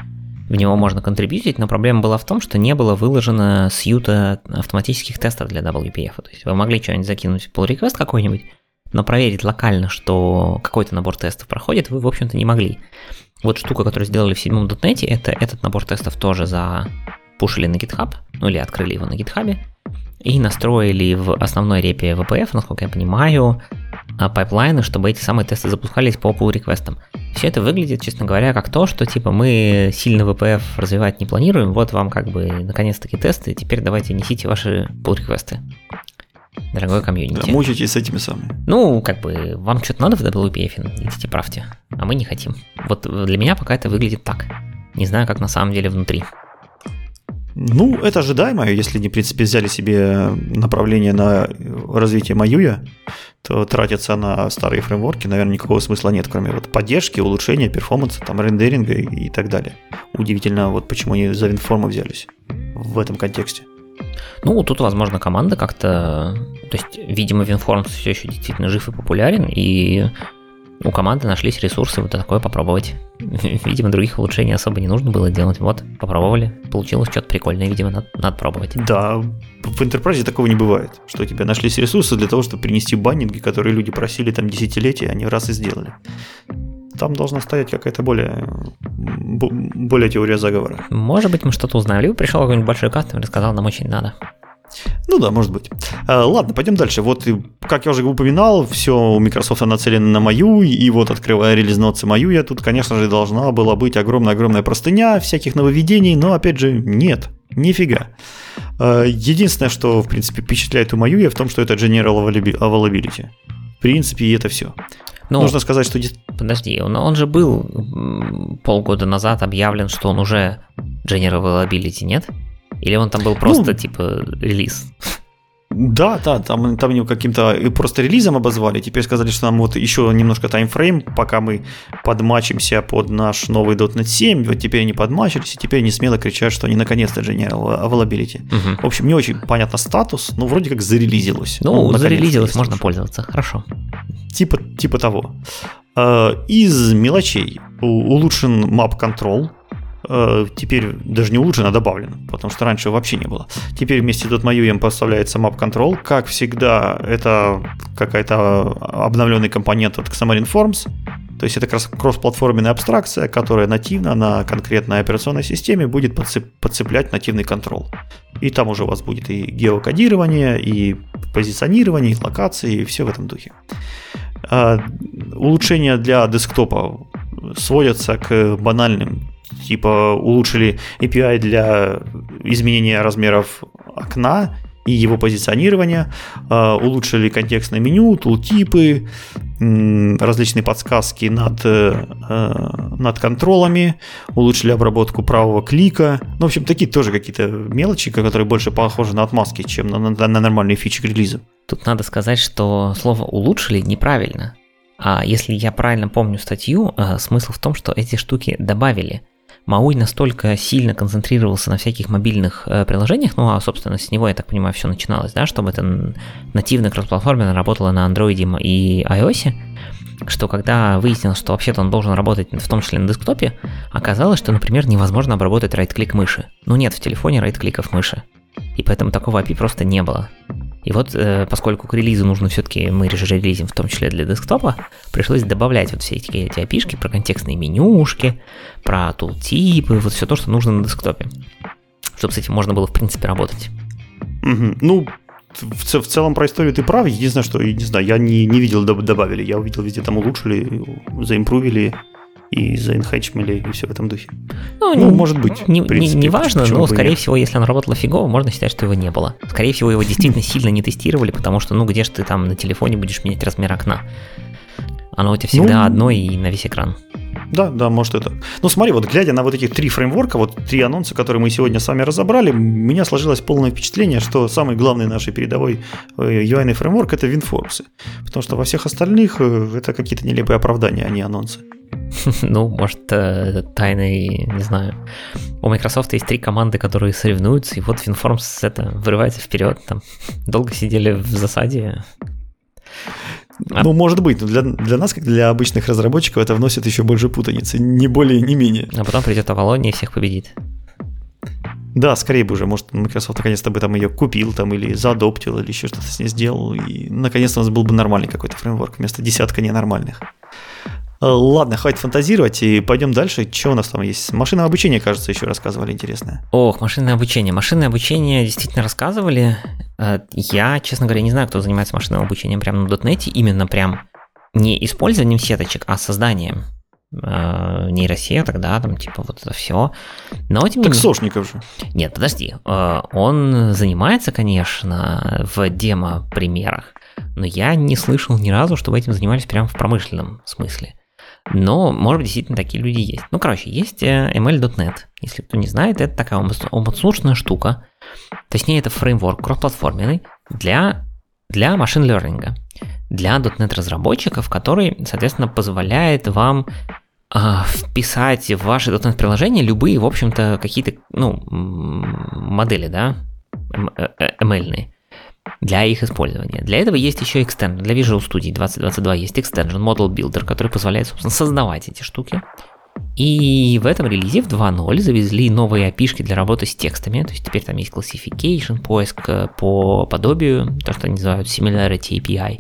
в него можно контрибьютить, но проблема была в том, что не было выложено сьюта автоматических тестов для WPF. То есть вы могли что-нибудь закинуть, pull request какой-нибудь, но проверить локально, что какой-то набор тестов проходит, вы, в общем-то, не могли. Вот штука, которую сделали в 7.м .NET, это этот набор тестов тоже запушили на GitHub, ну или открыли его на GitHub, и настроили в основной репе WPF, насколько я понимаю, пайплайны, чтобы эти самые тесты запускались по pull-реквестам. Все это выглядит, честно говоря, как то, что типа мы сильно WPF развивать не планируем, вот вам как бы наконец-таки тесты, теперь давайте несите ваши pull-реквесты. Дорогой комьюнити. Да, мучитесь с этими самыми. Ну, как бы, вам что-то надо в WPF, идите правьте, а мы не хотим. Вот для меня пока это выглядит так. Не знаю, как на самом деле внутри. Ну, это ожидаемо, если они, в принципе, взяли себе направление на развитие Маюя, то тратиться на старые фреймворки, наверное, никакого смысла нет, кроме вот поддержки, улучшения, перформанса, там, рендеринга и так далее. Удивительно, вот почему они за WinForm взялись в этом контексте. Ну, тут, возможно, команда как-то... То есть, видимо, WinForms все еще действительно жив и популярен, и у команды нашлись ресурсы вот такое попробовать. Видимо, других улучшений особо не нужно было делать. Вот, попробовали. Получилось что-то прикольное, видимо, надо пробовать. Да, в Enterprise такого не бывает, что у тебя нашлись ресурсы для того, чтобы принести баннинги, которые люди просили там десятилетия, они раз и сделали. Там должна стоять какая-то более теория заговора. Может быть, мы что-то узнаем. Либо пришел какой-нибудь большой кастомер и сказал, нам очень надо. Ну да, может быть. Ладно, пойдем дальше. Вот, как я уже упоминал, все у Microsoft нацелено на Маю, и вот, открывая релиз ноутс Маюя, тут, конечно же, должна была быть огромная-огромная простыня всяких нововведений, но, опять же, нет, нифига. Единственное, что, в принципе, впечатляет у Маюя, в том, что это General Availability. В принципе, и это все. Ну, нужно сказать, что... Подожди, он же был полгода назад объявлен, что он уже General Availability, нет? Или он там был просто, типа, релиз? Да, там его каким-то просто релизом обозвали. Теперь сказали, что нам вот еще немножко таймфрейм, пока мы подмачимся под наш новый .NET 7. Вот теперь они подмачились, и теперь они смело кричат, что они наконец-то General Availability. В общем, не очень понятно статус, но вроде как зарелизилось. Ну зарелизилось, можно пользоваться, хорошо. Типа того. Из мелочей улучшен map control. Теперь даже не улучшен, а добавлен, потому что раньше вообще не было. Теперь вместе с .Myu поставляется map control. Как всегда, это какая-то обновленный компонент от Xamarin Forms. То есть это как раз кроссплатформенная абстракция, которая нативно на конкретной операционной системе будет подцеплять нативный контрол. И там уже у вас будет и геокодирование, и позиционирование, и локации, и все в этом духе. Улучшения для десктопа сводятся к банальным. Типа улучшили API для изменения размеров окна и его позиционирования, улучшили контекстное меню, тултипы, различные подсказки над контролами, улучшили обработку правого клика. Ну, в общем, такие тоже какие-то мелочи, которые больше похожи на отмазки, чем на нормальные фичи к релизу. Тут надо сказать, что слово «улучшили» неправильно. А если я правильно помню статью, смысл в том, что эти штуки добавили. Мауи настолько сильно концентрировался на всяких мобильных приложениях, ну а, собственно, с него, я так понимаю, все начиналось, да, чтобы это нативно кроссплатформенно работало на Android и iOS, что когда выяснилось, что вообще-то он должен работать в том числе на десктопе, оказалось, что, например, невозможно обработать right-клик мыши. Ну нет в телефоне right-кликов мыши, и поэтому такого API просто не было. И вот, поскольку к релизу нужно все-таки, мы же релизим в том числе для десктопа, пришлось добавлять вот все эти API-шки про контекстные менюшки, про тултипы, вот все то, что нужно на десктопе, чтобы с этим можно было в принципе работать. Ну, в целом про историю ты прав, единственное, что, не знаю, я не видел добавили, я увидел везде там улучшили, заимпрувили и заинхэтчмили, и все в этом духе. Ну может быть. Не важно, но, скорее всего, если оно работало фигово, можно считать, что его не было. Скорее всего, его действительно сильно не тестировали, потому что, где ж ты там на телефоне будешь менять размер окна? Оно у тебя всегда одно и на весь экран. Да, может это. Ну смотри, вот глядя на вот этих 3 фреймворка, вот 3 анонса, которые мы сегодня с вами разобрали, у меня сложилось полное впечатление, что самый главный наш передовой UI-ный фреймворк — это WinForms. Потому что во всех остальных это какие-то нелепые оправдания, а не анонсы. Ну, может, это тайный, не знаю. У Microsoft есть 3 команды, которые соревнуются, и вот WinForms это вырывается вперед, там долго сидели в засаде. Ну, может быть, но для нас, как для обычных разработчиков, это вносит еще больше путаницы, не более, не менее. А потом придет Авалония и всех победит. Да, скорее бы уже, может, Microsoft наконец-то бы там ее купил там, или заадоптил, или еще что-то с ней сделал, и наконец-то у нас был бы нормальный какой-то фреймворк вместо десятка ненормальных. Ладно, хватит фантазировать, и пойдем дальше. Что у нас там есть? Машинное обучение, кажется, еще рассказывали интересное. Ох, машинное обучение. Машинное обучение действительно рассказывали. Я, честно говоря, не знаю, кто занимается машинным обучением прямо на .NET, именно прям не использованием сеточек, а созданием нейросеток, да, там типа вот это все. Но тем не менее... Так Сошников же. Нет, подожди. Он занимается, конечно, в демо-примерах, но я не слышал ни разу, чтобы этим занимались прямо в промышленном смысле. Но, может быть, действительно такие люди есть. Ну, короче, есть ML.NET. Если кто не знает, это такая open-source штука. Точнее, это фреймворк кроссплатформенный для машин-лернинга. Для .NET-разработчиков, который, соответственно, позволяет вам вписать в ваше .NET-приложение любые, в общем-то, какие-то, модели, да, ML-ные. Для их использования. Для этого есть еще экстеншн. Для Visual Studio 2022 есть экстеншн Model Builder, который позволяет, собственно, создавать эти штуки. И в этом релизе в 2.0 завезли новые API-шки для работы с текстами. То есть теперь там есть classification, поиск по подобию, то, что они называют Similarity API.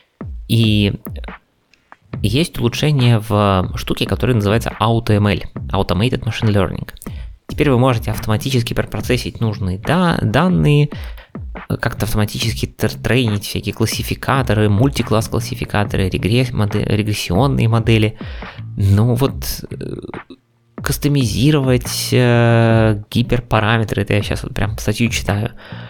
И есть улучшение в штуке, которая называется AutoML, Automated Machine Learning. Теперь вы можете автоматически препроцессить нужные данные, как-то автоматически трейнить всякие классификаторы, мультикласс-классификаторы, регрессионные модели. Ну вот, кастомизировать гиперпараметры, это я сейчас вот прям статью читаю.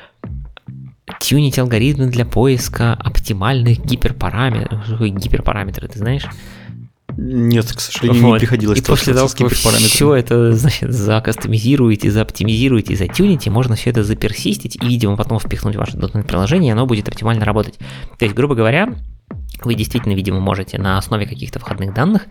Тюнить алгоритмы для поиска оптимальных гиперпараметры, ты знаешь? Нет, к сожалению, не приходилось. И после того, как вы все это, значит, закастомизируете, заоптимизируете, затюните, можно все это заперсистить и, видимо, потом впихнуть в ваше .NET-приложение, и оно будет оптимально работать. То есть, грубо говоря, вы действительно, видимо, можете на основе каких-то входных данных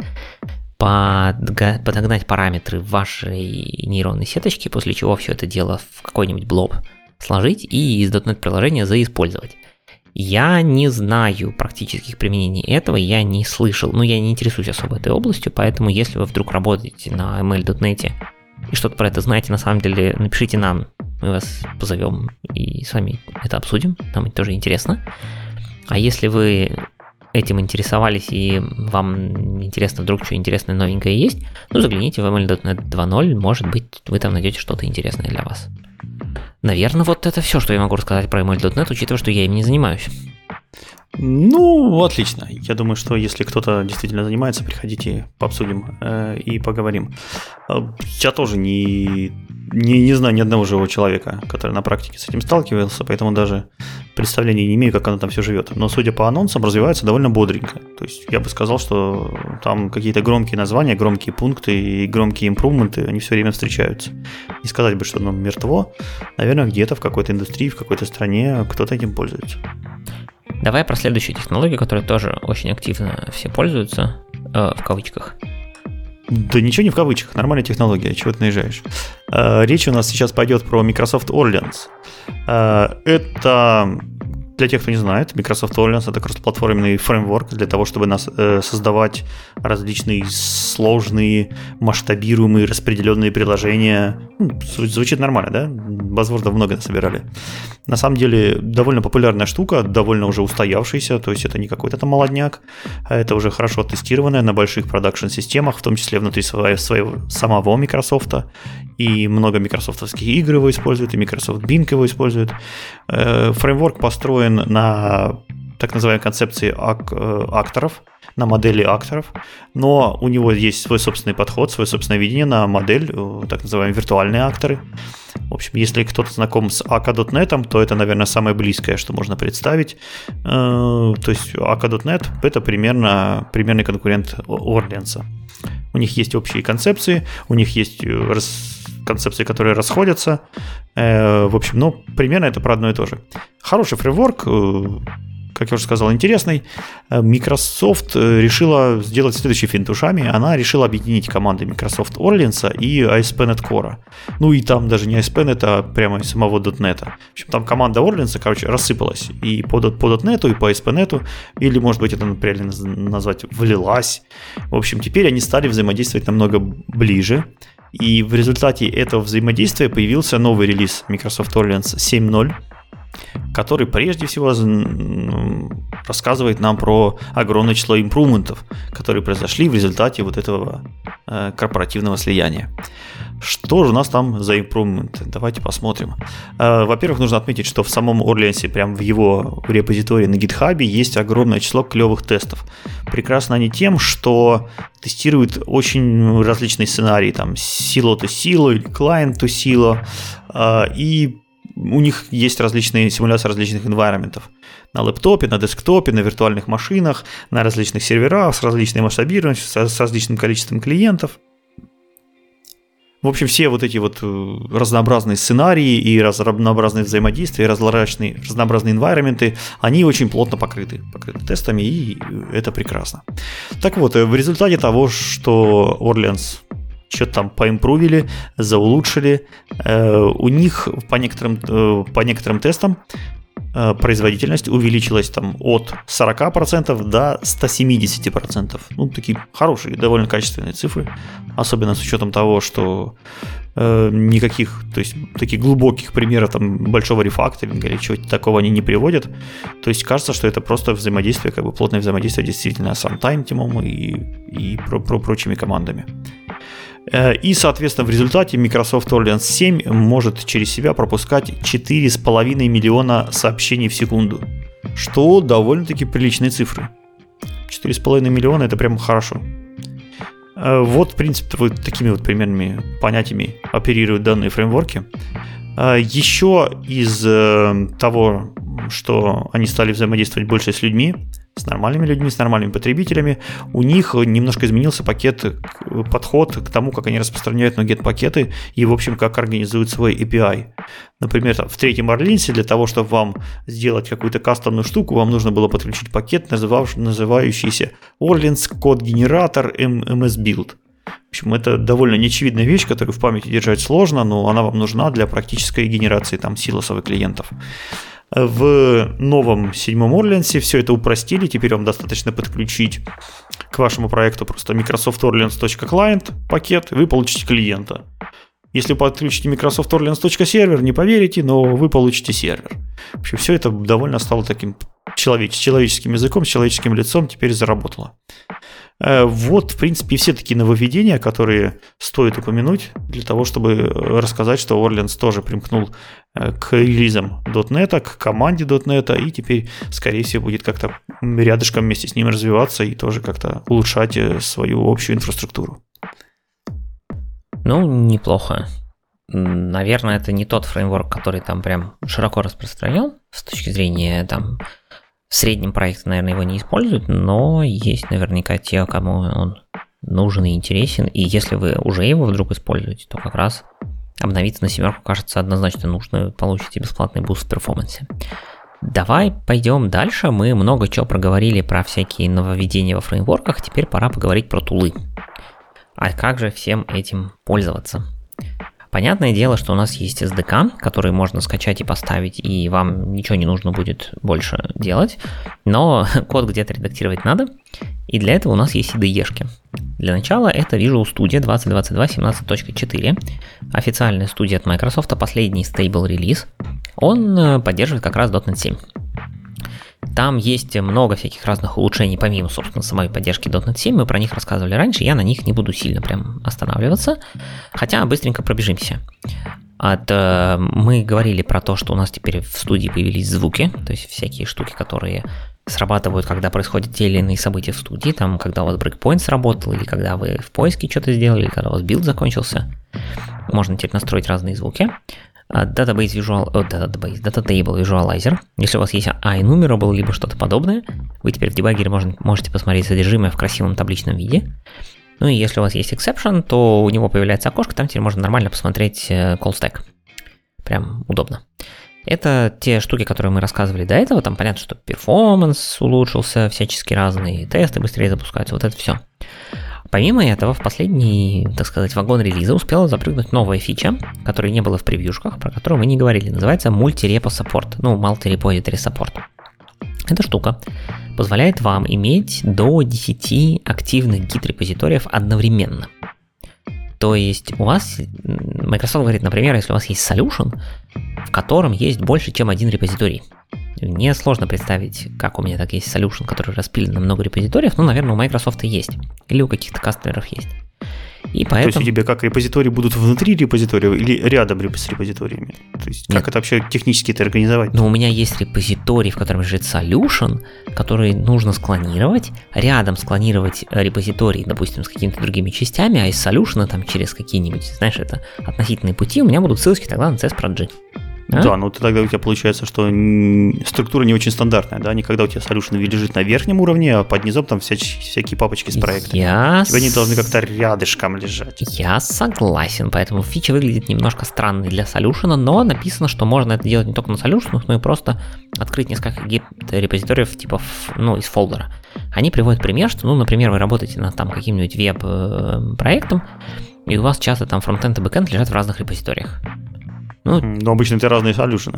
подогнать параметры в вашей нейронной сеточке, после чего все это дело в какой-нибудь блоб сложить и из .NET-приложения заиспользовать. Я не знаю практических применений этого, я не слышал, я не интересуюсь особо этой областью, поэтому если вы вдруг работаете на ML.NET и что-то про это знаете, на самом деле напишите нам, мы вас позовем и с вами это обсудим, нам это тоже интересно. А если вы этим интересовались и вам интересно вдруг что интересное новенькое есть, загляните в ML.NET 2.0, может быть вы там найдете что-то интересное для вас. Наверное, вот это все, что я могу рассказать про ML.NET, учитывая, что я им не занимаюсь. Отлично. Я думаю, что если кто-то действительно занимается, приходите, пообсудим и поговорим. Я тоже не знаю ни одного живого человека, который на практике с этим сталкивался, поэтому даже представления не имею, как оно там все живет. Но, судя по анонсам, развивается довольно бодренько. То есть я бы сказал, что там какие-то громкие названия, громкие пункты и громкие импрувменты, они все время встречаются. Не сказать бы, что оно мертво. Наверное, где-то в какой-то индустрии, в какой-то стране кто-то этим пользуется. Давай про следующую технологию, которой тоже очень активно все пользуются, в кавычках. Да ничего не в кавычках, нормальная технология, чего ты наезжаешь. Речь у нас сейчас пойдет про Microsoft Orleans. Это, для тех, кто не знает, Microsoft Orleans — это кроссплатформенный фреймворк для того, чтобы создавать различные сложные, масштабируемые, распределенные приложения. Звучит нормально, да? Базвордов много насобирали. На самом деле, довольно популярная штука, довольно уже устоявшаяся, то есть это не какой-то там молодняк, а это уже хорошо оттестированное на больших продакшн-системах, в том числе внутри своего самого Microsoft, и много микрософтовских игр его используют, и Microsoft Bing его использует. Фреймворк построен на так называемой концепции акторов, на модели акторов, но у него есть свой собственный подход, свое собственное видение на модель, так называемые виртуальные акторы. В общем, если кто-то знаком с AK.NET, то это, наверное, самое близкое, что можно представить. То есть AK.NET — это примерный конкурент Orleans. У них есть общие концепции, у них есть концепции, которые расходятся. В общем, примерно это про одно и то же. Хороший фреймворк, как я уже сказал, интересный. Microsoft решила сделать следующий финт ушами. Она решила объединить команды Microsoft Orleans и ASP.NET Core. Ну и там даже не ASP.NET, а прямо из самого .NET. В общем, там команда Orleans, рассыпалась и по .NET, и по ASP.NET, или, может быть, это правильно назвать, влилась. В общем, теперь они стали взаимодействовать намного ближе. И в результате этого взаимодействия появился новый релиз Microsoft Orleans 7.0, который прежде всего рассказывает нам про огромное число импрувментов, которые произошли в результате вот этого корпоративного слияния. Что же у нас там за импрувменты? Давайте посмотрим. Во-первых, нужно отметить, что в самом Orleans, прям в его репозитории на GitHub, есть огромное число клевых тестов. Прекрасно они тем, что тестируют очень различные сценарии, там silo to silo или client to silo, и у них есть различные симуляции различных environment'ов. На лэптопе, на десктопе, на виртуальных машинах, на различных серверах, с различной масштабированностью, с различным количеством клиентов. В общем, все вот эти вот разнообразные сценарии и разнообразные взаимодействия, разнообразные environment'ы, они очень плотно покрыты тестами, и это прекрасно. Так вот, в результате того, что Orleans что-то там поимпрувили, заулучшили, у них по некоторым тестам производительность увеличилась там от 40% до 170%. Ну, такие хорошие, довольно качественные цифры, особенно с учетом того, что никаких, то есть таких глубоких примеров там большого рефакторинга или чего-то такого они не приводят. То есть кажется, что это просто взаимодействие, как бы плотное взаимодействие действительно с Runtime и прочими командами. И, соответственно, в результате Microsoft Orleans 7 может через себя пропускать 4,5 миллиона сообщений в секунду, что довольно-таки приличные цифры. 4,5 миллиона – это прям хорошо. Вот, в принципе, вот такими вот примерными понятиями оперируют данные фреймворки. Еще из того, что они стали взаимодействовать больше с людьми, с нормальными людьми, с нормальными потребителями, у них немножко изменился подход к тому, как они распространяют NuGet-пакеты и, в общем, как организуют свой API. Например, в третьем Orleans для того, чтобы вам сделать какую-то кастомную штуку, вам нужно было подключить пакет, называющийся Orleans Code Generator MS Build. В общем, это довольно неочевидная вещь, которую в памяти держать сложно, но она вам нужна для практической генерации там силосов и клиентов. В новом 7-м Orleans все это упростили, теперь вам достаточно подключить к вашему проекту просто Microsoft Orleans.client пакет, и вы получите клиента. Если подключите Microsoft Orleans.server, не поверите, но вы получите сервер. В общем, все это довольно стало таким человеческим языком, с человеческим лицом, теперь заработало. Вот, в принципе, и все такие нововведения, которые стоит упомянуть для того, чтобы рассказать, что Orleans тоже примкнул к релизам .NET, к команде .NET, и теперь, скорее всего, будет как-то рядышком вместе с ними развиваться и тоже как-то улучшать свою общую инфраструктуру. Ну, неплохо. Наверное, это не тот фреймворк, который там прям широко распространен с точки зрения там в среднем проекте, наверное, его не используют, но есть наверняка те, кому он нужен и интересен, и если вы уже его вдруг используете, то как раз обновиться на 7 кажется однозначно нужно, вы получите бесплатный буст в перформансе. Давай пойдем дальше, мы много чего проговорили про всякие нововведения во фреймворках, теперь пора поговорить про тулы. А как же всем этим пользоваться? Понятное дело, что у нас есть SDK, который можно скачать и поставить, и вам ничего не нужно будет больше делать, но код где-то редактировать надо, и для этого у нас есть IDE-шки. Для начала это Visual Studio 2022 17.4, официальная студия от Microsoft, последний стейбл релиз, он поддерживает как раз .NET 7. Там есть много всяких разных улучшений, помимо, собственно, самой поддержки .NET 7, мы про них рассказывали раньше, я на них не буду сильно прям останавливаться, хотя быстренько пробежимся. Мы говорили про то, что у нас теперь в студии появились звуки, то есть всякие штуки, которые срабатывают, когда происходят те или иные события в студии, там, когда у вас брейкпоинт сработал, или когда вы в поиске что-то сделали, или когда у вас билд закончился. Можно теперь настроить разные звуки. Database Table Visualizer. Если у вас есть iNumerable, либо что-то подобное, вы теперь в дебаггере можете посмотреть содержимое в красивом табличном виде. Ну и если у вас есть exception, то у него появляется окошко, там теперь можно нормально посмотреть call stack. Прям удобно. Это те штуки, которые мы рассказывали до этого. Там понятно, что перформанс улучшился, всячески разные тесты быстрее запускаются, вот это все. Помимо этого, в последний, так сказать, вагон релиза успела запрыгнуть новая фича, которой не было в превьюшках, про которую мы не говорили. Называется Multi-Repo Support, Multi-Repository Support. Эта штука позволяет вам иметь до 10 активных гид-репозиториев одновременно. То есть у вас, Microsoft говорит, например, если у вас есть solution, в котором есть больше, чем один репозиторий. Мне сложно представить, как у меня так есть solution, который распилен на много репозиториев, наверное, у Microsoft есть. Или у каких-то кастомеров есть. И поэтому... То есть у тебя как репозитории будут внутри репозитория или рядом с репозиториями? То есть как это вообще технически это организовать? У меня есть репозиторий, в котором лежит solution, который нужно склонировать, рядом склонировать репозиторий, допустим, с какими-то другими частями, а из solution там через какие-нибудь, знаешь, это относительные пути, у меня будут ссылочки тогда на CS-Proj. Да, тогда у тебя получается, что структура не очень стандартная, да, не когда у тебя solution лежит на верхнем уровне, а под низом там всякие папочки с проектами. У тебя они должны как-то рядышком лежать. Я согласен, поэтому фича выглядит немножко странной для solution, но написано, что можно это делать не только на solution, но и просто открыть несколько репозиториев типа из фолдера. Они приводят пример, что, например, вы работаете над там каким-нибудь веб-проектом, и у вас часто там фронтенд и бэкенд лежат в разных репозиториях. Но обычно это разные солюшены.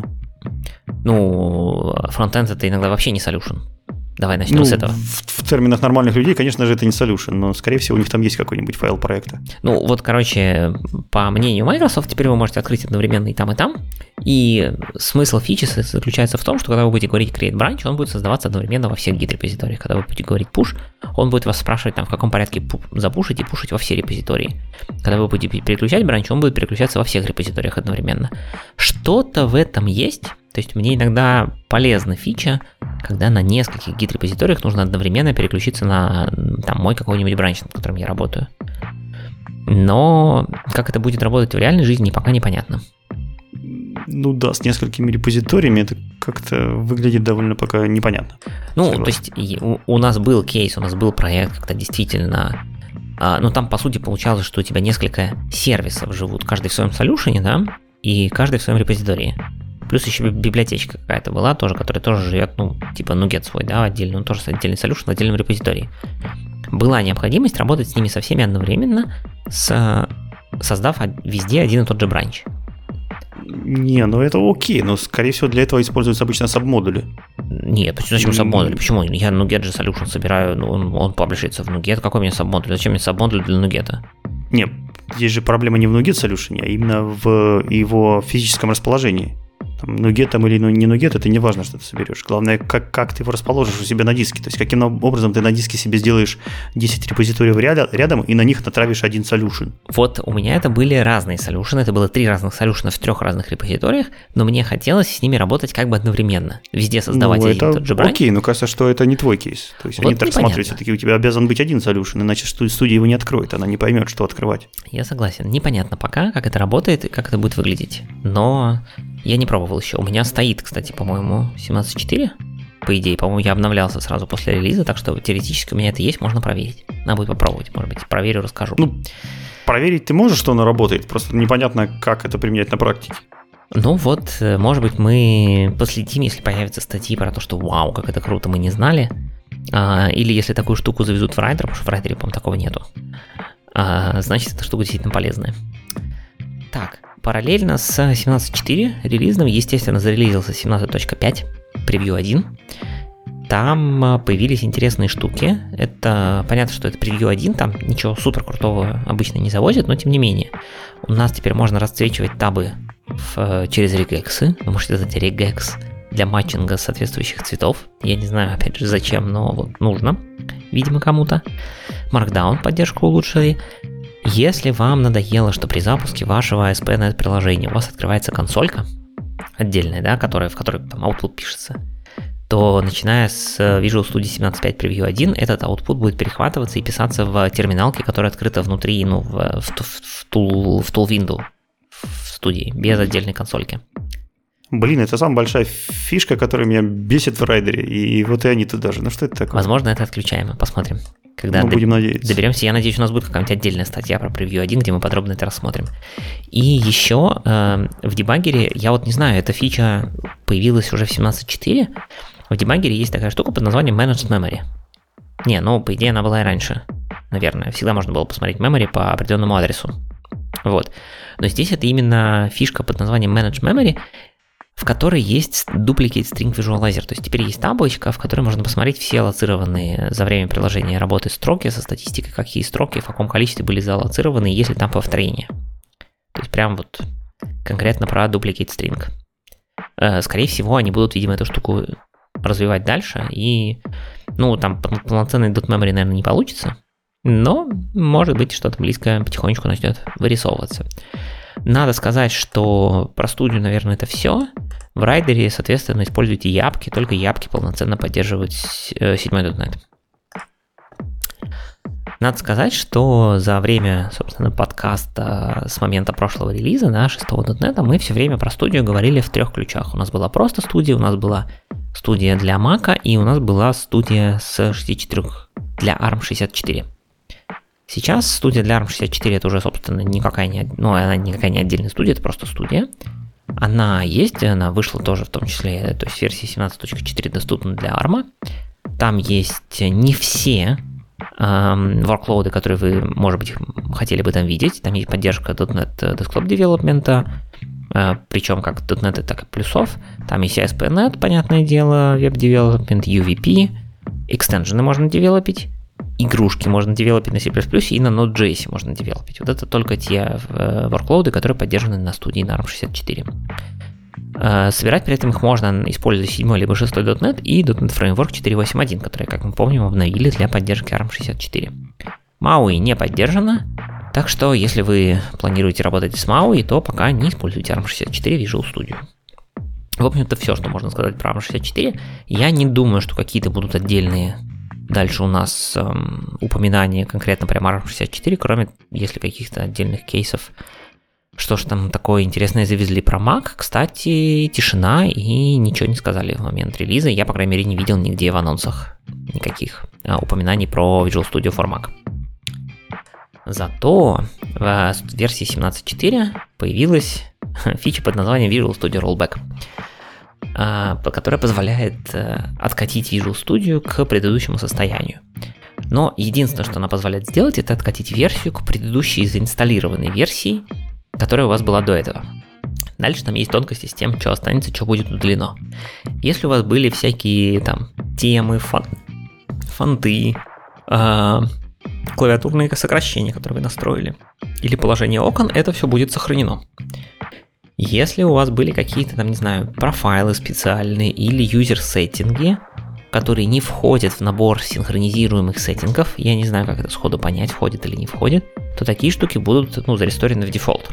Фронтенд это иногда вообще не solution. Давай начнем с этого. В терминах нормальных людей, конечно же, это не solution, но, скорее всего, у них там есть какой-нибудь файл проекта. По мнению Microsoft, теперь вы можете открыть одновременно и там, и смысл фичи заключается в том, что когда вы будете говорить create branch, он будет создаваться одновременно во всех гид-репозиториях. Когда вы будете говорить push, он будет вас спрашивать, в каком порядке запушить и пушить во все репозитории. Когда вы будете переключать branch, он будет переключаться во всех репозиториях одновременно. Что-то в этом есть. То есть мне иногда полезна фича, когда на нескольких гид-репозиториях нужно одновременно переключиться на мой какой-нибудь бранч, над которым я работаю. Но как это будет работать в реальной жизни, пока непонятно. С несколькими репозиториями это как-то выглядит довольно пока непонятно. То есть у нас был кейс, у нас был проект, когда действительно... там, по сути, получалось, что у тебя несколько сервисов живут, каждый в своем солюшене, да, и каждый в своем репозитории. Плюс еще библиотечка какая-то была тоже, которая тоже живет, типа NuGet свой, да, отдельный, он тоже отдельный solution в отдельном репозитории. Была необходимость работать с ними со всеми одновременно, создав везде один и тот же бранч. Это окей, но, скорее всего, для этого используются обычно сабмодули. Нет, зачем сабмодули? Почему? Я NuGet же solution собираю, он паблишится в NuGet, какой мне сабмодуль? Зачем мне сабмодуль для NuGet? Нет, здесь же проблема не в NuGet solution, а именно в его физическом расположении. NuGet там или не NuGet, это не важно, что ты соберешь. Главное, как ты его расположишь у себя на диске. То есть, каким образом ты на диске себе сделаешь 10 репозиториев рядом и на них натравишь один solution. Вот у меня это были разные solution, это было 3 разных solution в 3 разных репозиториях, но мне хотелось с ними работать как бы одновременно. Везде создавать один и тот же бранч. Окей, но кажется, что это не твой кейс. То есть они так смотрят, все-таки у тебя обязан быть один solution, иначе студия его не откроет, она не поймет, что открывать. Я согласен. Непонятно пока, как это работает и как это будет выглядеть. Но я не пробовал еще. У меня стоит, кстати, по-моему, 17.4. По идее, по-моему, я обновлялся сразу после релиза, так что теоретически у меня это есть, можно проверить. Надо будет попробовать, может быть, проверю, расскажу. Проверить ты можешь, что оно работает, просто непонятно, как это применять на практике. Может быть, мы последим, если появятся статьи про то, что вау, как это круто, мы не знали. Или если такую штуку завезут в Writer, потому что в Writer, по-моему, такого нету. Значит, эта штука действительно полезная. Так, параллельно с 17.4 релизным, естественно, зарелизился 17.5, превью 1. Там появились интересные штуки. Это понятно, что это превью 1, там ничего супер крутого обычно не завозят, но тем не менее. У нас теперь можно расцвечивать табы через регексы. Вы можете создать регекс для матчинга соответствующих цветов. Я не знаю, опять же, зачем, но нужно, видимо, кому-то. Markdown поддержку улучшили. Если вам надоело, что при запуске вашего ASP.NET приложения у вас открывается консолька отдельная, да, в которой там output пишется, то начиная с Visual Studio 17.5 Preview 1 этот output будет перехватываться и писаться в терминалке, которая открыта внутри, в tool window в студии, без отдельной консольки. Блин, это самая большая фишка, которая меня бесит в райдере. И вот и они тут даже. Ну что это такое? Возможно, это отключаемо. Посмотрим. Когда будем надеяться. Доберемся, я надеюсь, у нас будет какая-нибудь отдельная статья про превью 1, где мы подробно это рассмотрим. И еще в дебаггере, я вот не знаю, эта фича появилась уже в 17.4. В дебаггере есть такая штука под названием Managed Memory. Не, ну, по идее, она была и раньше, наверное. Всегда можно было посмотреть memory по определенному адресу. Вот. Но здесь это именно фишка под названием Managed Memory, в которой есть Duplicate String Visualizer. То есть теперь есть табличка, в которой можно посмотреть все аллоцированные за время приложения работы строки со статистикой, какие строки, в каком количестве были зааллоцированы, и есть ли там повторение. То есть прям вот конкретно про Duplicate String. Скорее всего, они будут, видимо, эту штуку развивать дальше, и, ну, там полноценный .memory, наверное, не получится, но, может быть, что-то близкое потихонечку начнет вырисовываться. Надо сказать, что про студию, наверное, это все. В райдере, соответственно, используйте япки, только япки полноценно поддерживают 7.NET. Надо сказать, что за время, собственно, подкаста с момента прошлого релиза, да, 6.NET, мы все время про студию говорили в 3 ключах. У нас была просто студия, у нас была студия для Mac, и у нас была студия с 64 для ARM64. Сейчас студия для ARM64 это уже, собственно, никакая не отдельная студия, это просто студия. Она есть, она вышла тоже в том числе, то есть версия 17.4 доступна для ARM. Там есть не все workload, которые вы, может быть, хотели бы там видеть. Там есть поддержка .NET Desktop Development, причем как .NET, так и плюсов. Там есть ASP.NET, понятное дело, Web Development, UVP, экстенжены можно девелопить, игрушки можно девелопить на C++ и на Node.js можно девелопить. Вот это только те workload, которые поддержаны на студии на ARM64. Собирать при этом их можно, используя 7 либо 6 .NET и .NET Framework 4.8.1, который, как мы помним, обновили для поддержки ARM64. MAUI не поддержана, так что если вы планируете работать с MAUI, то пока не используйте ARM64 Visual Studio. В общем-то, все, что можно сказать про ARM64. Я не думаю, что какие-то будут отдельные дальше у нас упоминания конкретно прямо ARM64, кроме если каких-то отдельных кейсов. Что ж там такое интересное завезли про Mac? Кстати, тишина и ничего не сказали в момент релиза. Я, по крайней мере, не видел нигде в анонсах никаких упоминаний про Visual Studio for Mac. Зато в версии 17.4 появилась фича под названием Visual Studio Rollback, которая позволяет откатить Visual Studio к предыдущему состоянию. Но единственное, что она позволяет сделать, это откатить версию к предыдущей заинсталлированной версии, которая у вас была до этого. Дальше там есть тонкости с тем, что останется, что будет удалено. Если у вас были всякие там темы, фонты, клавиатурные сокращения, которые вы настроили, или положение окон, это все будет сохранено. Если у вас были какие-то там, не знаю, профайлы специальные или юзер-сеттинги, которые не входят в набор синхронизируемых сеттингов, я не знаю, как это сходу понять, входит или не входит, то такие штуки будут, заресторены в дефолт.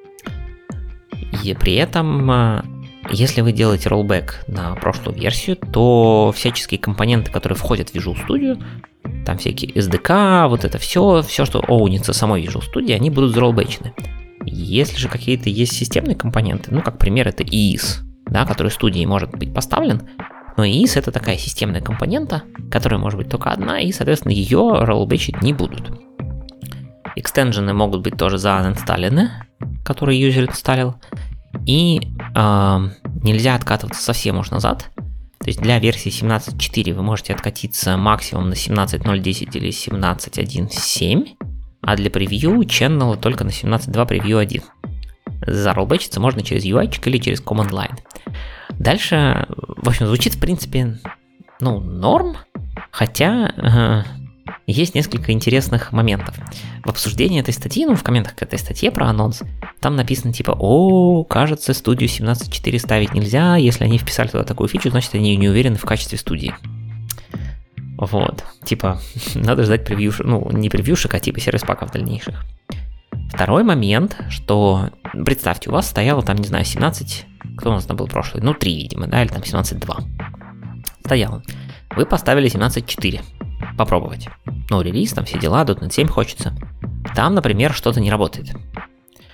И при этом, если вы делаете роллбэк на прошлую версию, то всяческие компоненты, которые входят в Visual Studio, там всякие SDK, вот это все, что оунится самой Visual Studio, они будут зароллбэчены. Если же какие-то есть системные компоненты, как пример, это EIS, да, который в студии может быть поставлен, но EIS это такая системная компонента, которая может быть только одна, и, соответственно, ее роллбэчить не будут. Экстенжены могут быть тоже заинсталлены, которые юзер инсталлил, и нельзя откатываться совсем уж назад. То есть для версии 17.4 вы можете откатиться максимум на 17.0.10 или 17.1.7, а для превью channel только на 17.2 превью 1. Зароллбэчиться можно через UI или через command line. Дальше, в общем, звучит в принципе, норм, хотя есть несколько интересных моментов. В обсуждении этой статьи, в комментах к этой статье про анонс, там написано типа, кажется, студию 17.4 ставить нельзя, если они вписали туда такую фичу, значит они не уверены в качестве студии. Вот, типа, надо ждать превьюшек, не превьюшек, а типа сервис-паков дальнейших. Второй момент, что, представьте, у вас стояло там, не знаю, 17, кто у нас там был прошлый, 3, видимо, да, или там 17.2. Стояло. Вы поставили 17.4. Попробовать. Релиз, там все дела, .NET 7 хочется. Там, например, что-то не работает.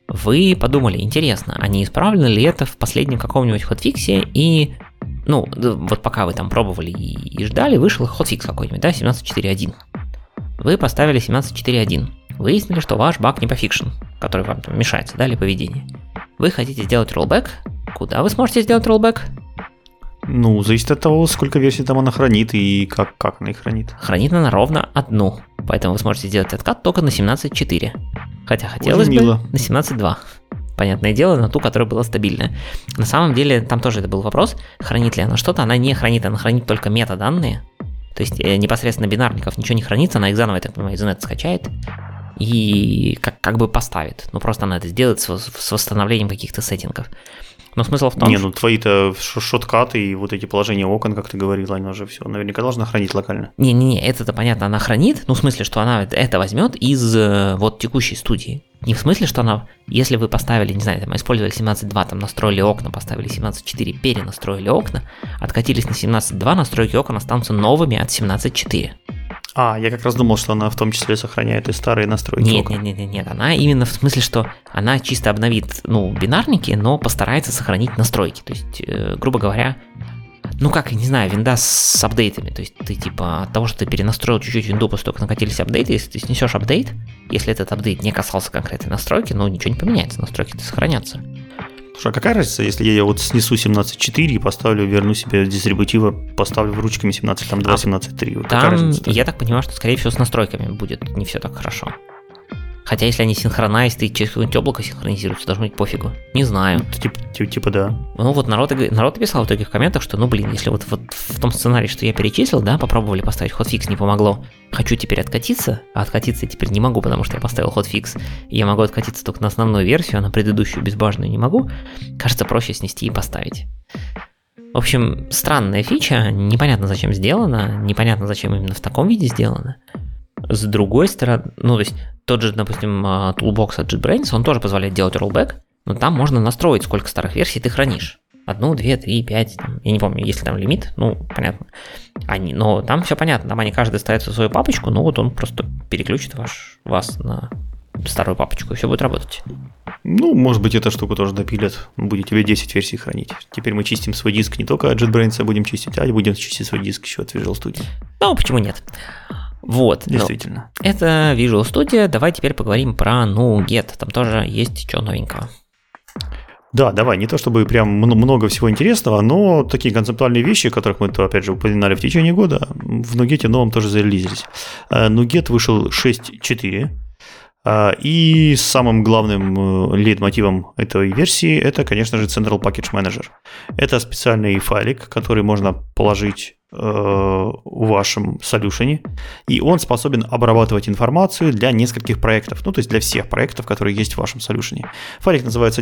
вы подумали, интересно, а не исправлено ли это в последнем каком-нибудь хотфиксе, и, ну, вот пока вы там пробовали и ждали, вышел хотфикс какой-нибудь, да, 17.4.1. Вы поставили 17.4.1. Выяснили, что ваш баг не пофикшен, который вам там мешается, да, или поведение. Вы хотите сделать роллбэк. Куда вы сможете сделать роллбэк? Ну, зависит от того, сколько версий там она хранит и как она их хранит. Хранит она ровно одну, поэтому вы сможете сделать откат только на 17.4. Хотя хотелось бы на 17.2. Понятное дело, на ту, которая была стабильная. На самом деле, там тоже это был вопрос, хранит ли она что-то. Она не хранит, она хранит только метаданные. То есть непосредственно бинарников ничего не хранится, она их заново, я так понимаю, из инета скачает и как бы поставит. Ну, просто она это сделает с восстановлением каких-то сеттингов. Но смысл в том, ну твои-то шоткаты и вот эти положения окон, как ты говорила, она же все наверняка должна хранить локально. Не, это понятно, она хранит, ну, в смысле, что она это возьмет из вот текущей студии. Не в смысле, что она, если вы поставили, не знаю, там, использовали 17.2, там, настроили окна, поставили 17.4, перенастроили окна, откатились на 17.2, настройки окон останутся новыми от 17.4. Я как раз думал, что она в том числе сохраняет и старые настройки. Нет, она именно в смысле, что она чисто обновит, ну, бинарники, но постарается сохранить настройки. То есть, грубо говоря, ну как, не знаю, винда с апдейтами. То есть ты типа от того, что ты перенастроил чуть-чуть винду, после того, как накатились апдейты, если ты снесешь апдейт, если этот апдейт не касался конкретной настройки, ну ничего не поменяется, настройки-то сохранятся. Слушай, а какая разница, если я вот снесу 17.4 и поставлю, верну себе с дистрибутива, поставлю ручками 17.2, 17.3? Вот там, я так понимаю, что, скорее всего, с настройками будет не все так хорошо. Хотя, если они синхронизируются и через какое-нибудь облако синхронизируются, должно быть пофигу. Не знаю. Типа да. Ну вот народ писал в итоге в комментах, что, ну блин, если вот в том сценарии, что я перечислил, да, попробовали поставить хотфикс, не помогло. Хочу теперь откатиться, а откатиться я теперь не могу, потому что я поставил хотфикс. И я могу откатиться только на основную версию, а на предыдущую безбажную не могу. Кажется, проще снести и поставить. В общем, странная фича, непонятно зачем сделана, непонятно зачем именно в таком виде сделана. С другой стороны, ну то есть тот же, допустим, Toolbox от JetBrains, он тоже позволяет делать rollback, но там можно настроить, сколько старых версий ты хранишь. 1, 2, 3, 5, я не помню, есть ли там лимит, ну, понятно. Но там все понятно, там они каждый ставит свою папочку, ну вот он просто переключит вас на старую папочку, и все будет работать. Ну, может быть, эту штуку тоже допилят, будет тебе 10 версий хранить. Теперь мы чистим свой диск не только от JetBrains будем чистить, а будем чистить свой диск еще от Visual Studio. Ну, почему нет? Вот. Действительно. Это Visual Studio. Давай теперь поговорим про NuGet. Там тоже есть что новенького. Да, давай. Не то чтобы прям много всего интересного, но такие концептуальные вещи, которых мы, опять же, упоминали в течение года, в NuGet новом тоже зарелизились. NuGet вышел 6.4. И самым главным лейтмотивом этой версии это, конечно же, Central Package Manager. Это специальный файлик, который можно положить в вашем солюшене, и он способен обрабатывать информацию для нескольких проектов, ну то есть для всех проектов, которые есть в вашем солюшене. Файлик называется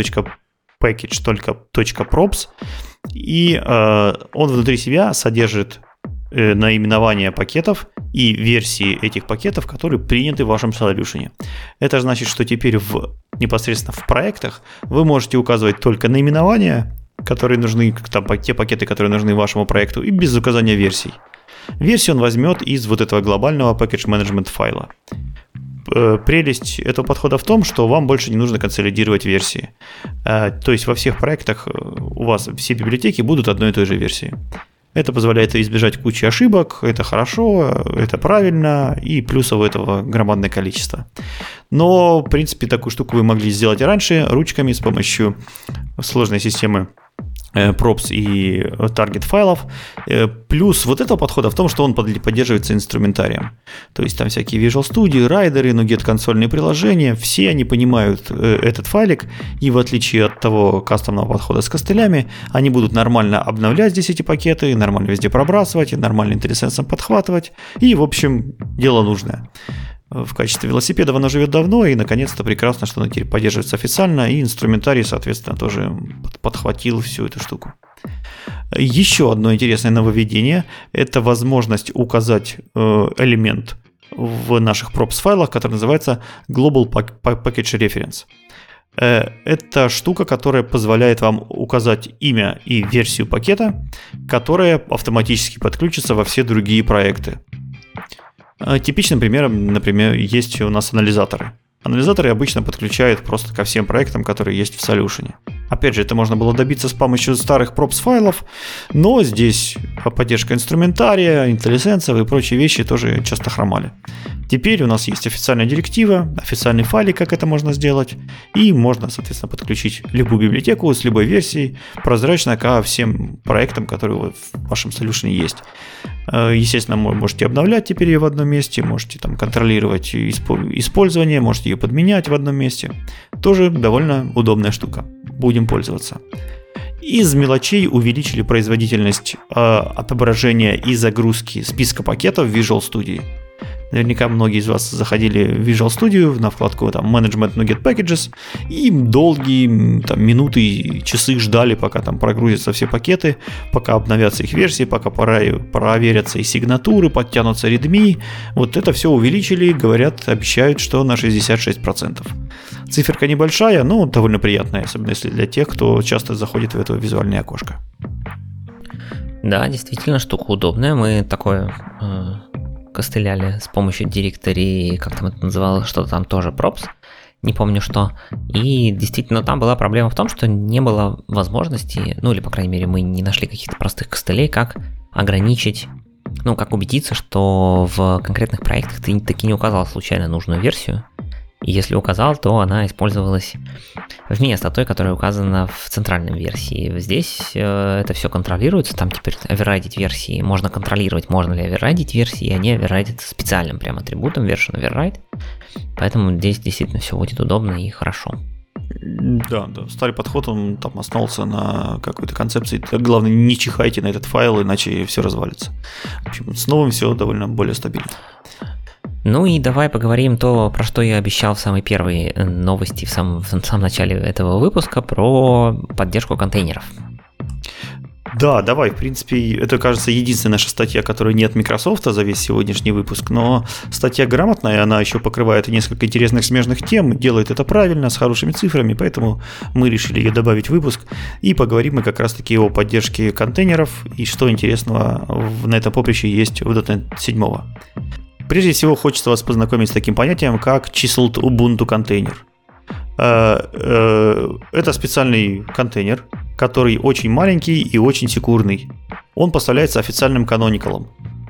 directory.package.props, и он внутри себя содержит наименования пакетов и версии этих пакетов, которые приняты в вашем солюшене. Это значит, что теперь непосредственно в проектах вы можете указывать только наименования, которые нужны, там, те пакеты, которые нужны вашему проекту, и без указания версий. Версию он возьмет из вот этого глобального package management файла. Прелесть этого подхода в том, что вам больше не нужно консолидировать версии. То есть во всех проектах у вас все библиотеки будут одной и той же версии. Это позволяет избежать кучи ошибок, это хорошо, это правильно, и плюсов этого громадное количество. Но, в принципе, такую штуку вы могли сделать и раньше ручками с помощью сложной системы props и target файлов. Плюс вот этого подхода в том, что он поддерживается инструментарием. То есть там всякие Visual Studio, райдеры, NuGet консольные приложения, все они понимают этот файлик, и в отличие от того кастомного подхода с костылями, они будут нормально обновлять здесь эти пакеты, нормально везде пробрасывать, нормально IntelliSense подхватывать, и, в общем, дело нужное. В качестве велосипеда оно живет давно, и наконец-то прекрасно, что оно теперь поддерживается официально, и инструментарий, соответственно, тоже подхватил всю эту штуку. Еще одно интересное нововведение – это возможность указать элемент в наших props файлах, который называется Global Package Reference. Это штука, которая позволяет вам указать имя и версию пакета, которая автоматически подключится во все другие проекты. Типичным примером, например, есть у нас анализаторы. Анализаторы обычно подключают просто ко всем проектам, которые есть в Solution. Опять же, это можно было добиться с помощью старых props файлов, но здесь поддержка инструментария, IntelliSense и прочие вещи тоже часто хромали. Теперь у нас есть официальная директива, официальный файлик, как это можно сделать, и можно, соответственно, подключить любую библиотеку с любой версией прозрачно ко всем проектам, которые в вашем Solution есть. Естественно, можете обновлять теперь ее в одном месте, можете там контролировать использование, можете ее подменять в одном месте. Тоже довольно удобная штука. Будем пользоваться. Из мелочей увеличили производительность отображения и загрузки списка пакетов в Visual Studio. Наверняка многие из вас заходили в Visual Studio на вкладку там, Management Nugget Packages и долгие там, минуты и часы ждали, пока там прогрузятся все пакеты, пока обновятся их версии, пока проверятся и сигнатуры, подтянутся readme. Вот это все увеличили, говорят, обещают, что на 66%. Циферка небольшая, но довольно приятная, особенно если для тех, кто часто заходит в это визуальное окошко. Да, действительно, штука удобная. Мы такое костыляли с помощью директории, как там это называлось, что-то там тоже props, не помню что. И действительно там была проблема в том, что не было возможности, ну или по крайней мере мы не нашли каких-то простых костылей, как ограничить, ну как убедиться, что в конкретных проектах ты таки не указал случайно нужную версию. И если указал, то она использовалась вместо той, которая указана в центральной версии. Здесь это все контролируется, там теперь оверрайдить версии, можно контролировать, можно ли оверрайдить версии, и они оверрайдят специальным прям атрибутом version override. Поэтому здесь действительно все будет удобно и хорошо. Да, старый подход, он там основался на какой-то концепции. Главное, не чихайте на этот файл, иначе все развалится. В общем, с новым все довольно более стабильно. Ну и давай поговорим то, про что я обещал в самой первой новости, в самом начале этого выпуска, про поддержку контейнеров. Да, давай, в принципе, это, кажется, единственная наша статья, которая не от Microsoft за весь сегодняшний выпуск, но статья грамотная, она еще покрывает несколько интересных смежных тем, делает это правильно, с хорошими цифрами, поэтому мы решили ее добавить в выпуск, и поговорим мы как раз-таки о поддержке контейнеров, и что интересного на этом поприще есть в .NET 7. Прежде всего, хочется вас познакомить с таким понятием, как Chiseled Ubuntu контейнер. Это специальный контейнер, который очень маленький и очень секурный. Он поставляется официальным каноникалом.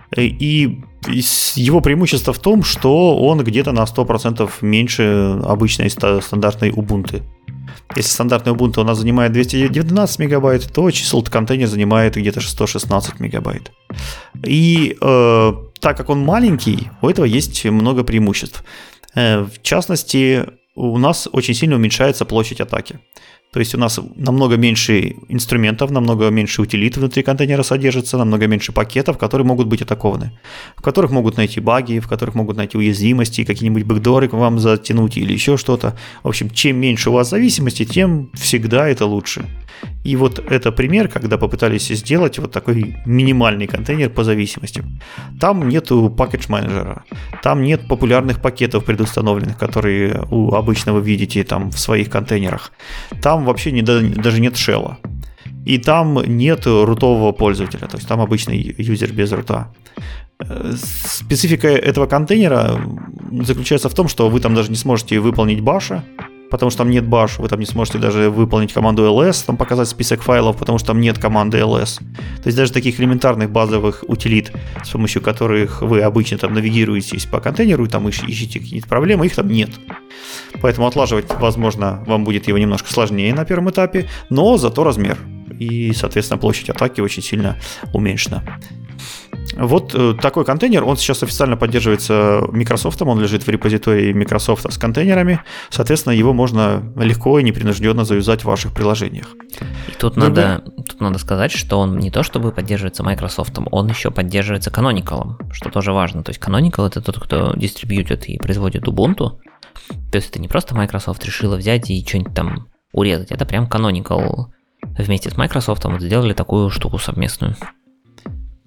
И его преимущество в том, что он где-то на 100% меньше обычной стандартной Ubuntu. Если стандартный Ubuntu у нас занимает 219 мегабайт, то Chiseled контейнер занимает где-то 116 мегабайт. И так как он маленький, у этого есть много преимуществ. В частности, у нас очень сильно уменьшается площадь атаки. То есть у нас намного меньше инструментов, намного меньше утилит внутри контейнера содержится, намного меньше пакетов, которые могут быть атакованы, в которых могут найти баги, в которых могут найти уязвимости, какие-нибудь бэкдоры вам затянуть или еще что-то. В общем, чем меньше у вас зависимости, тем всегда это лучше. И вот это пример, когда попытались сделать вот такой минимальный контейнер по зависимостям. Там нету пакетж-менеджера, там нет популярных пакетов предустановленных, которые обычно вы видите там в своих контейнерах. Там вообще даже нет шелла. И там нет рутового пользователя, то есть там обычный юзер без рута. Специфика этого контейнера заключается в том, что вы там даже не сможете выполнить баша, потому что там нет bash, вы там не сможете даже выполнить команду ls, там показать список файлов, потому что там нет команды ls. То есть даже таких элементарных базовых утилит, с помощью которых вы обычно там навигируетесь по контейнеру и там ищете какие-то проблемы, их там нет. Поэтому отлаживать, возможно, вам будет его немножко сложнее на первом этапе, но зато размер. И, соответственно, площадь атаки очень сильно уменьшена. Вот такой контейнер, он сейчас официально поддерживается Microsoft, он лежит в репозитории Microsoft с контейнерами, соответственно, его можно легко и непринужденно заюзать в ваших приложениях. И тут надо сказать, что он не то чтобы поддерживается Microsoft, он еще поддерживается Canonical, что тоже важно. То есть Canonical — это тот, кто дистрибьютит и производит Ubuntu, то есть это не просто Microsoft решила взять и что-нибудь там урезать, это прям Canonical вместе с Microsoft сделали такую штуку совместную.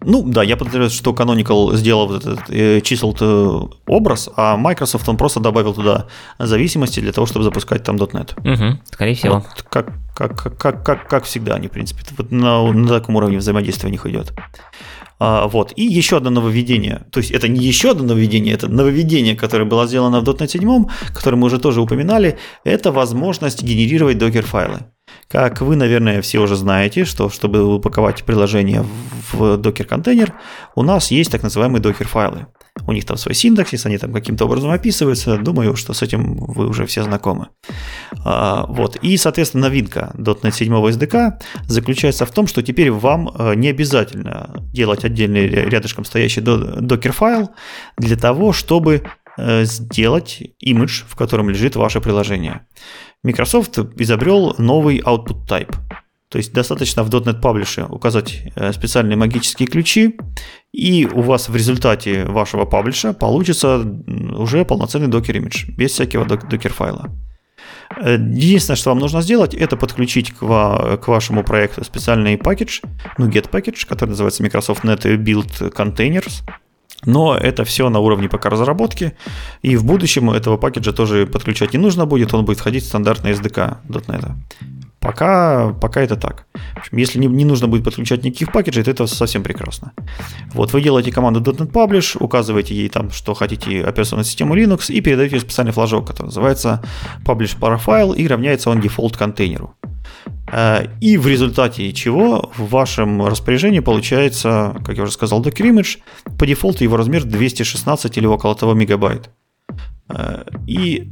Ну да, я подозреваю, что Canonical сделал вот этот chiseled образ, а Microsoft он просто добавил туда зависимости для того, чтобы запускать там .NET. Угу, скорее всего. Вот, как всегда они, в принципе, вот на таком уровне взаимодействия у них идет. Вот. И еще одно нововведение. То есть это не еще одно нововведение, это нововведение, которое было сделано в .NET 7, которое мы уже тоже упоминали, это возможность генерировать докер-файлы. Как вы, наверное, все уже знаете, что чтобы упаковать приложение в докер-контейнер, у нас есть так называемые докер-файлы. У них там свой синтаксис, они там каким-то образом описываются. Думаю, что с этим вы уже все знакомы. Вот. И, соответственно, новинка .NET 7 SDK заключается в том, что теперь вам не обязательно делать отдельный рядышком стоящий докер-файл для того, чтобы сделать имидж, в котором лежит ваше приложение. Microsoft изобрел новый output type. То есть достаточно в .NET Publish указать специальные магические ключи, и у вас в результате вашего паблиша получится уже полноценный докер-имидж, без всякого докер-файла. Единственное, что вам нужно сделать, это подключить к вашему проекту специальный пакетж, get package, который называется Microsoft Net Build Containers. Но это все на уровне пока разработки, и в будущем этого пакеджа тоже подключать не нужно будет, он будет входить в стандартный SDK .NET. Пока это так. В общем, если не нужно будет подключать никаких пакеджей, то это совсем прекрасно. Вот, вы делаете команду .NET Publish, указываете ей там, что хотите операционную систему Linux, и передаете специальный флажок, который называется Publish Profile, и равняется он дефолт контейнеру. И в результате чего в вашем распоряжении получается, как я уже сказал, Docker Image. По дефолту его размер 216 или около того мегабайт. И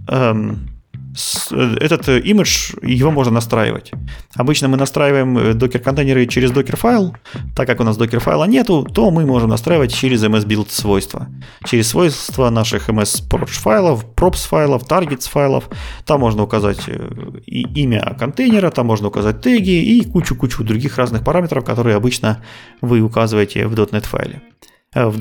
этот имидж, его можно настраивать. Обычно мы настраиваем докер-контейнеры через докер-файл. Так как у нас докер-файла нету, то мы можем настраивать через MS-build свойства. Через свойства наших MS-proc файлов, props файлов, targets файлов. Там можно указать имя контейнера, там можно указать теги и кучу других разных параметров, которые обычно вы указываете в .NET файле. В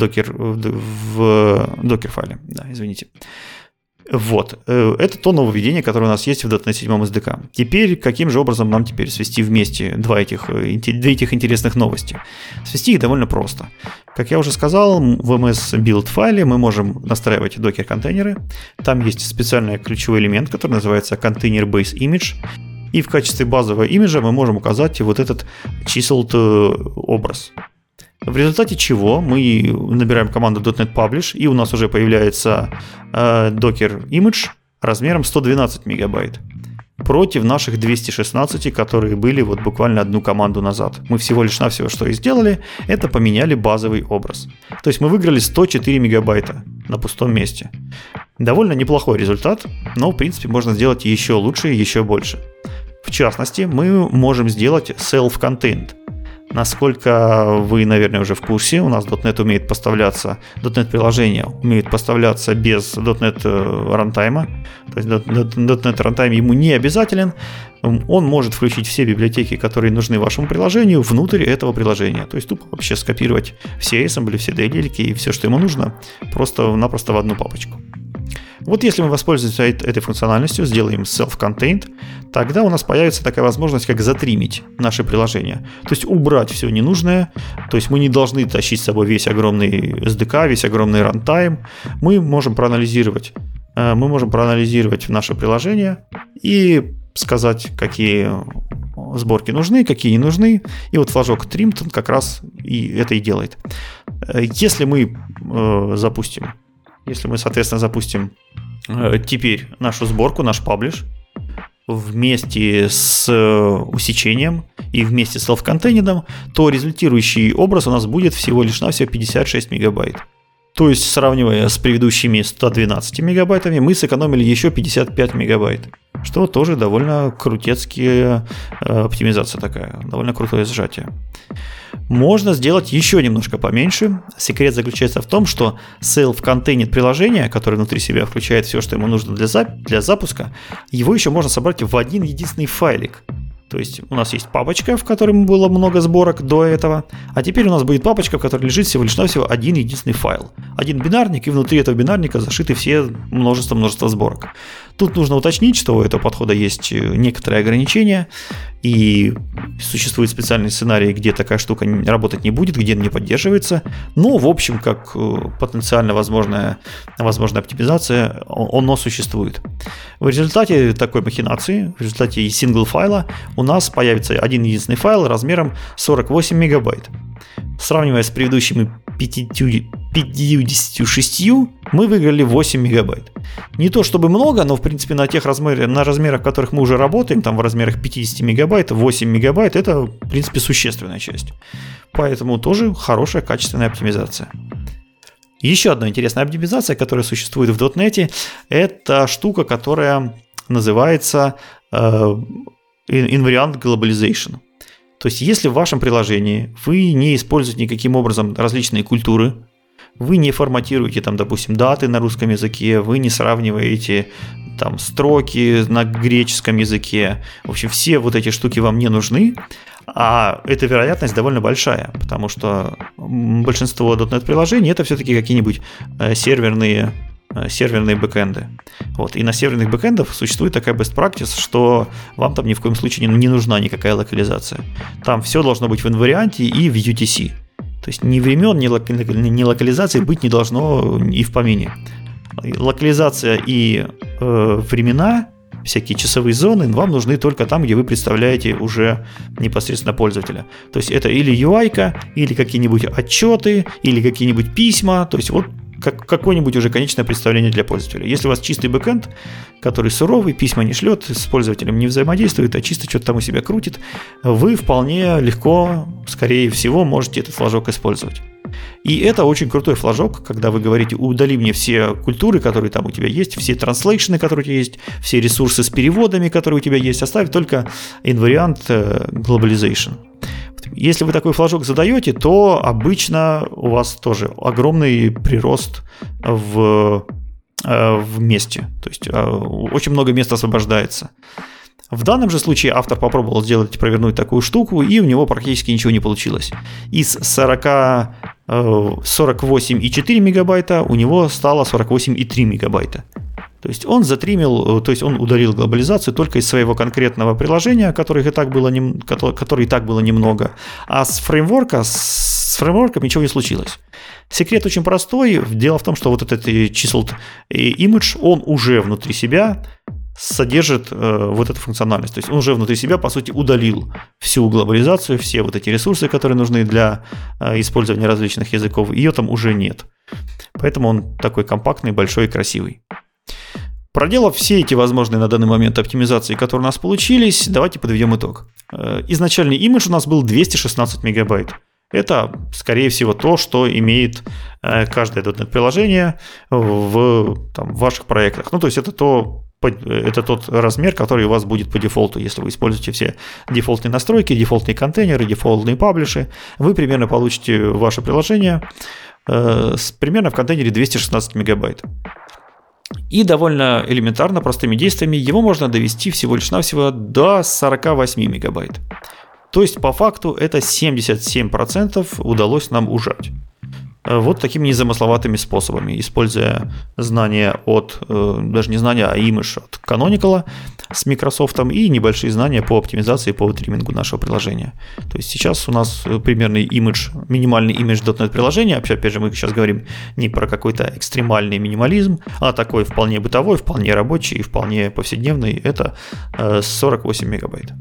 докер-файле, да, извините. Вот, это то нововведение, которое у нас есть в .NET 7 SDK. Теперь, каким же образом нам теперь свести вместе две этих интересных новости? Свести их довольно просто. Как я уже сказал, в MS-build файле мы можем настраивать докер-контейнеры. Там есть специальный ключевой элемент, который называется Container Base Image. И в качестве базового имиджа мы можем указать вот этот chiseled образ. В результате чего мы набираем команду .NET Publish, и у нас уже появляется Docker Image размером 112 мегабайт против наших 216, которые были вот буквально одну команду назад. Мы всего лишь навсего что и сделали, это поменяли базовый образ. То есть мы выиграли 104 мегабайта на пустом месте. Довольно неплохой результат, но в принципе можно сделать еще лучше и еще больше. В частности, мы можем сделать self-contained. Насколько вы, наверное, уже в курсе, у нас .NET умеет поставляться, .NET-приложение умеет поставляться без .NET рантайма. То есть .NET рантайм ему не обязателен. Он может включить все библиотеки, которые нужны вашему приложению, внутрь этого приложения. То есть тупо вообще скопировать все assembly, все DLL и все, что ему нужно, просто-напросто в одну папочку. Вот если мы воспользуемся этой функциональностью, сделаем self-contained, тогда у нас появится такая возможность, как затримить наше приложение. То есть убрать все ненужное. То есть мы не должны тащить с собой весь огромный SDK, весь огромный runtime. Мы можем проанализировать наше приложение и сказать, какие сборки нужны, какие не нужны. И вот флажок trimmed, он как раз и это и делает. Если мы, соответственно, запустим теперь нашу сборку, наш паблиш, вместе с усечением и вместе с self-contained, то результирующий образ у нас будет всего лишь навсего 56 мегабайт. То есть, сравнивая с предыдущими 112 мегабайтами, мы сэкономили еще 55 мегабайт. Что тоже довольно крутецкая оптимизация такая, довольно крутое сжатие. Можно сделать еще немножко поменьше. Секрет заключается в том, что self-contained приложение, которое внутри себя включает все, что ему нужно для запуска, его еще можно собрать в один единственный файлик. То есть у нас есть папочка, в которой было много сборок до этого, а теперь у нас будет папочка, в которой лежит всего лишь навсего один единственный файл. Один бинарник, и внутри этого бинарника зашиты все множество сборок. Тут нужно уточнить, что у этого подхода есть некоторые ограничения, и Существует специальный сценарий, где такая штука работать не будет, где не поддерживается. Но, в общем, как потенциально возможная оптимизация, оно существует. В результате такой махинации, в результате сингл-файла у нас появится один единственный файл размером 48 мегабайт. Сравнивая с предыдущими 56, мы выиграли 8 мегабайт. Не то чтобы много, но в принципе на размерах, в которых мы уже работаем, там в размерах 50 мегабайт, 8 мегабайт, это в принципе существенная часть. Поэтому тоже хорошая качественная оптимизация. Еще одна интересная оптимизация, которая существует в .NET, это штука, которая называется Invariant Globalization. То есть, если в вашем приложении вы не используете никаким образом различные культуры, вы не форматируете, там, допустим, даты на русском языке, вы не сравниваете там, строки на греческом языке, в общем, все вот эти штуки вам не нужны, а эта вероятность довольно большая, потому что большинство .NET-приложений это все-таки какие-нибудь серверные бэкэнды. Вот. И на серверных бэкэндах существует такая best practice, что вам там ни в коем случае не нужна никакая локализация. Там все должно быть в инварианте и в UTC. То есть ни времен, ни локализации быть не должно и в помине. Локализация и времена, всякие часовые зоны вам нужны только там, где вы представляете уже непосредственно пользователя. То есть это или UI-ка, или какие-нибудь отчеты, или какие-нибудь письма. То есть вот какое-нибудь уже конечное представление для пользователя. Если у вас чистый бэкэнд, который суровый, письма не шлет, с пользователем не взаимодействует, а чисто что-то там у себя крутит, вы вполне легко, скорее всего, можете этот флажок использовать. И это очень крутой флажок, когда вы говорите: удали мне все культуры, которые там у тебя есть, все транслейшены, которые у тебя есть, все ресурсы с переводами, которые у тебя есть, оставь только invariant globalization. Если вы такой флажок задаете, то обычно у вас тоже огромный прирост в месте. То есть очень много места освобождается. В данном же случае автор попробовал провернуть такую штуку, и у него практически ничего не получилось. Из 48,4 мегабайта у него стало 48,3 мегабайта. То есть он удалил глобализацию только из своего конкретного приложения, которых и так было немного, а с фреймворком ничего не случилось. Секрет очень простой. Дело в том, что вот этот chiseled image, он уже внутри себя содержит вот эту функциональность. То есть он уже внутри себя, по сути, удалил всю глобализацию, все вот эти ресурсы, которые нужны для использования различных языков, ее там уже нет. Поэтому он такой компактный, большой и красивый. Проделав все эти возможные на данный момент оптимизации, которые у нас получились, давайте подведем итог. Изначальный имидж у нас был 216 мегабайт. Это, скорее всего, то, что имеет каждое .NET-приложение в ваших проектах. Ну, то есть это тот размер, который у вас будет по дефолту. Если вы используете все дефолтные настройки, дефолтные контейнеры, дефолтные паблиши, вы примерно получите ваше приложение примерно в контейнере 216 мегабайт. И довольно элементарно, простыми действиями, его можно довести всего лишь навсего до 48 мегабайт. То есть, по факту, это 77% удалось нам ужать. Вот такими незамысловатыми способами, используя знания даже не знания, а имидж от Canonical с Microsoft и небольшие знания по оптимизации, по триммингу нашего приложения. То есть сейчас у нас примерный имидж, минимальный имидж .NET приложения, опять же мы сейчас говорим не про какой-то экстремальный минимализм, а такой вполне бытовой, вполне рабочий и вполне повседневный, это 48 мегабайт.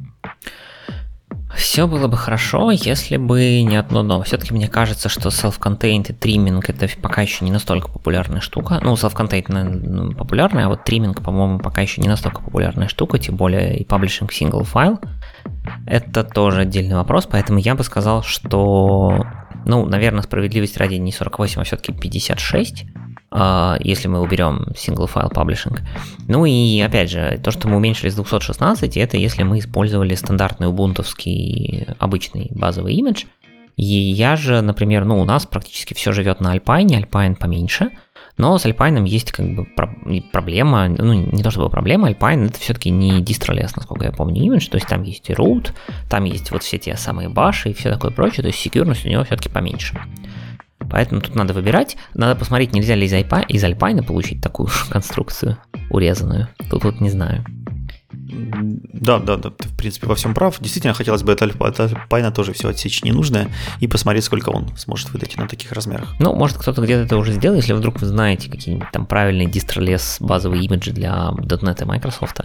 Все было бы хорошо, если бы не одно но. Все-таки мне кажется, что self-contained и тримминг это пока еще не настолько популярная штука. Ну, self-contained популярная, а вот тримминг, по-моему, пока еще не настолько популярная штука, тем более и паблишинг single файл. Это тоже отдельный вопрос, поэтому я бы сказал, что, наверное, справедливости ради не 48, а все-таки 56. Если мы уберем single file publishing. Ну и опять же, то, что мы уменьшили с 216, это если мы использовали стандартный убунтовский обычный базовый имидж. И я же, например, у нас практически все живет на Alpine, Alpine поменьше, но с Alpine есть проблема, не то чтобы проблема, Alpine это все-таки не дистролес, насколько я помню, имидж, то есть там есть и root, там есть вот все те самые баши и все такое прочее, то есть секьюрность у него все-таки поменьше. Поэтому тут надо выбирать, надо посмотреть, нельзя ли из Alpine получить такую конструкцию урезанную. Тут не знаю. Да, ты, в принципе, во всем прав. Действительно, хотелось бы от Alpine тоже все отсечь ненужное и посмотреть, сколько он сможет выдать на таких размерах. Ну, может, кто-то где-то это уже сделал, если вдруг вы знаете какие-нибудь там правильные дистролес базовые имиджи для .NET и Microsoft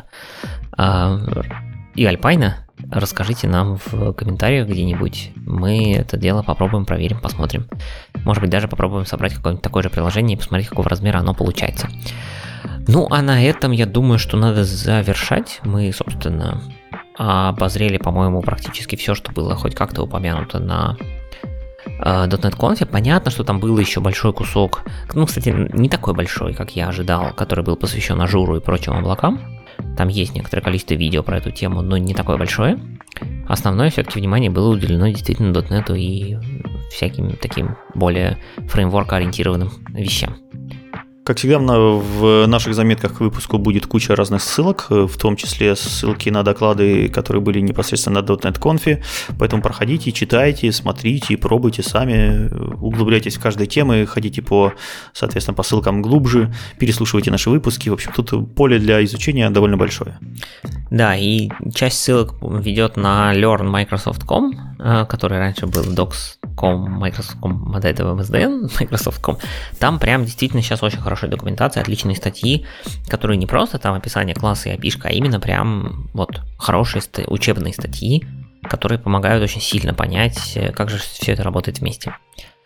и Alpine, расскажите нам в комментариях где-нибудь. Мы это дело попробуем, проверим, посмотрим. Может быть, даже попробуем собрать какое-нибудь такое же приложение и посмотреть, какого размера оно получается. Ну, а на этом, я думаю, что надо завершать. Мы, собственно, обозрели, по-моему, практически все, что было хоть как-то упомянуто на .NET Conf. Понятно, что там был еще большой кусок, ну, кстати, не такой большой, как я ожидал, который был посвящен ажуру и прочим облакам. Там есть некоторое количество видео про эту тему, но не такое большое. Основное все-таки внимание было уделено действительно .NET и всяким таким более фреймворк-ориентированным вещам. Как всегда, в наших заметках к выпуску будет куча разных ссылок, в том числе ссылки на доклады, которые были непосредственно на .NET Conf, поэтому проходите, читайте, смотрите, пробуйте сами, углубляйтесь в каждой теме, ходите соответственно, по ссылкам глубже, переслушивайте наши выпуски. В общем, тут поле для изучения довольно большое. Да, и часть ссылок ведет на learnmicrosoft.com, который раньше был docs.com, Microsoft.com, а до этого MSDN, Microsoft.com. Там прям действительно сейчас очень хорошая документация, отличные статьи, которые не просто там описание класса и API-шка, а именно прям вот хорошие учебные статьи, которые помогают очень сильно понять, как же все это работает вместе.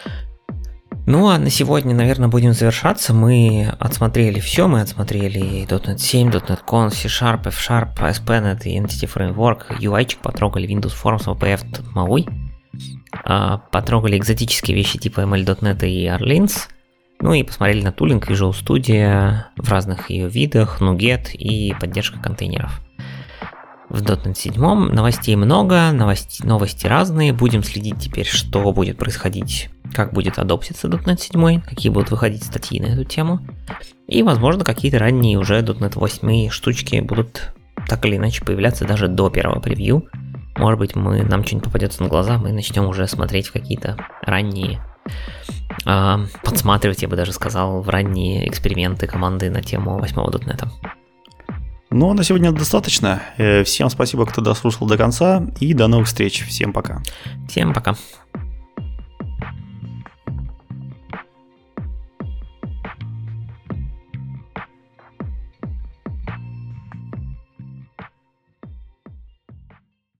Ну а на сегодня, наверное, будем завершаться. Мы отсмотрели все, мы отсмотрели .NET 7, .NET Conf, C#, F#, ASP.NET и Entity Framework, UI-чик потрогали, Windows Forms, WPF, MAUI, потрогали экзотические вещи типа ML.NET и Orleans, ну и посмотрели на тулинг Visual Studio в разных ее видах, NuGet и поддержка контейнеров. В .NET 7 новостей много, новости разные, будем следить теперь, что будет происходить, как будет адоптиться .NET 7, какие будут выходить статьи на эту тему, и, возможно, какие-то ранние уже .NET 8 штучки будут так или иначе появляться даже до первого превью. Может быть, нам что-нибудь попадется на глаза, мы начнем уже смотреть в какие-то ранние, подсматривать, я бы даже сказал, в ранние эксперименты команды на тему 8-го .NET. Ну, а на сегодня достаточно. Всем спасибо, кто дослушал до конца, и до новых встреч. Всем пока. Всем пока.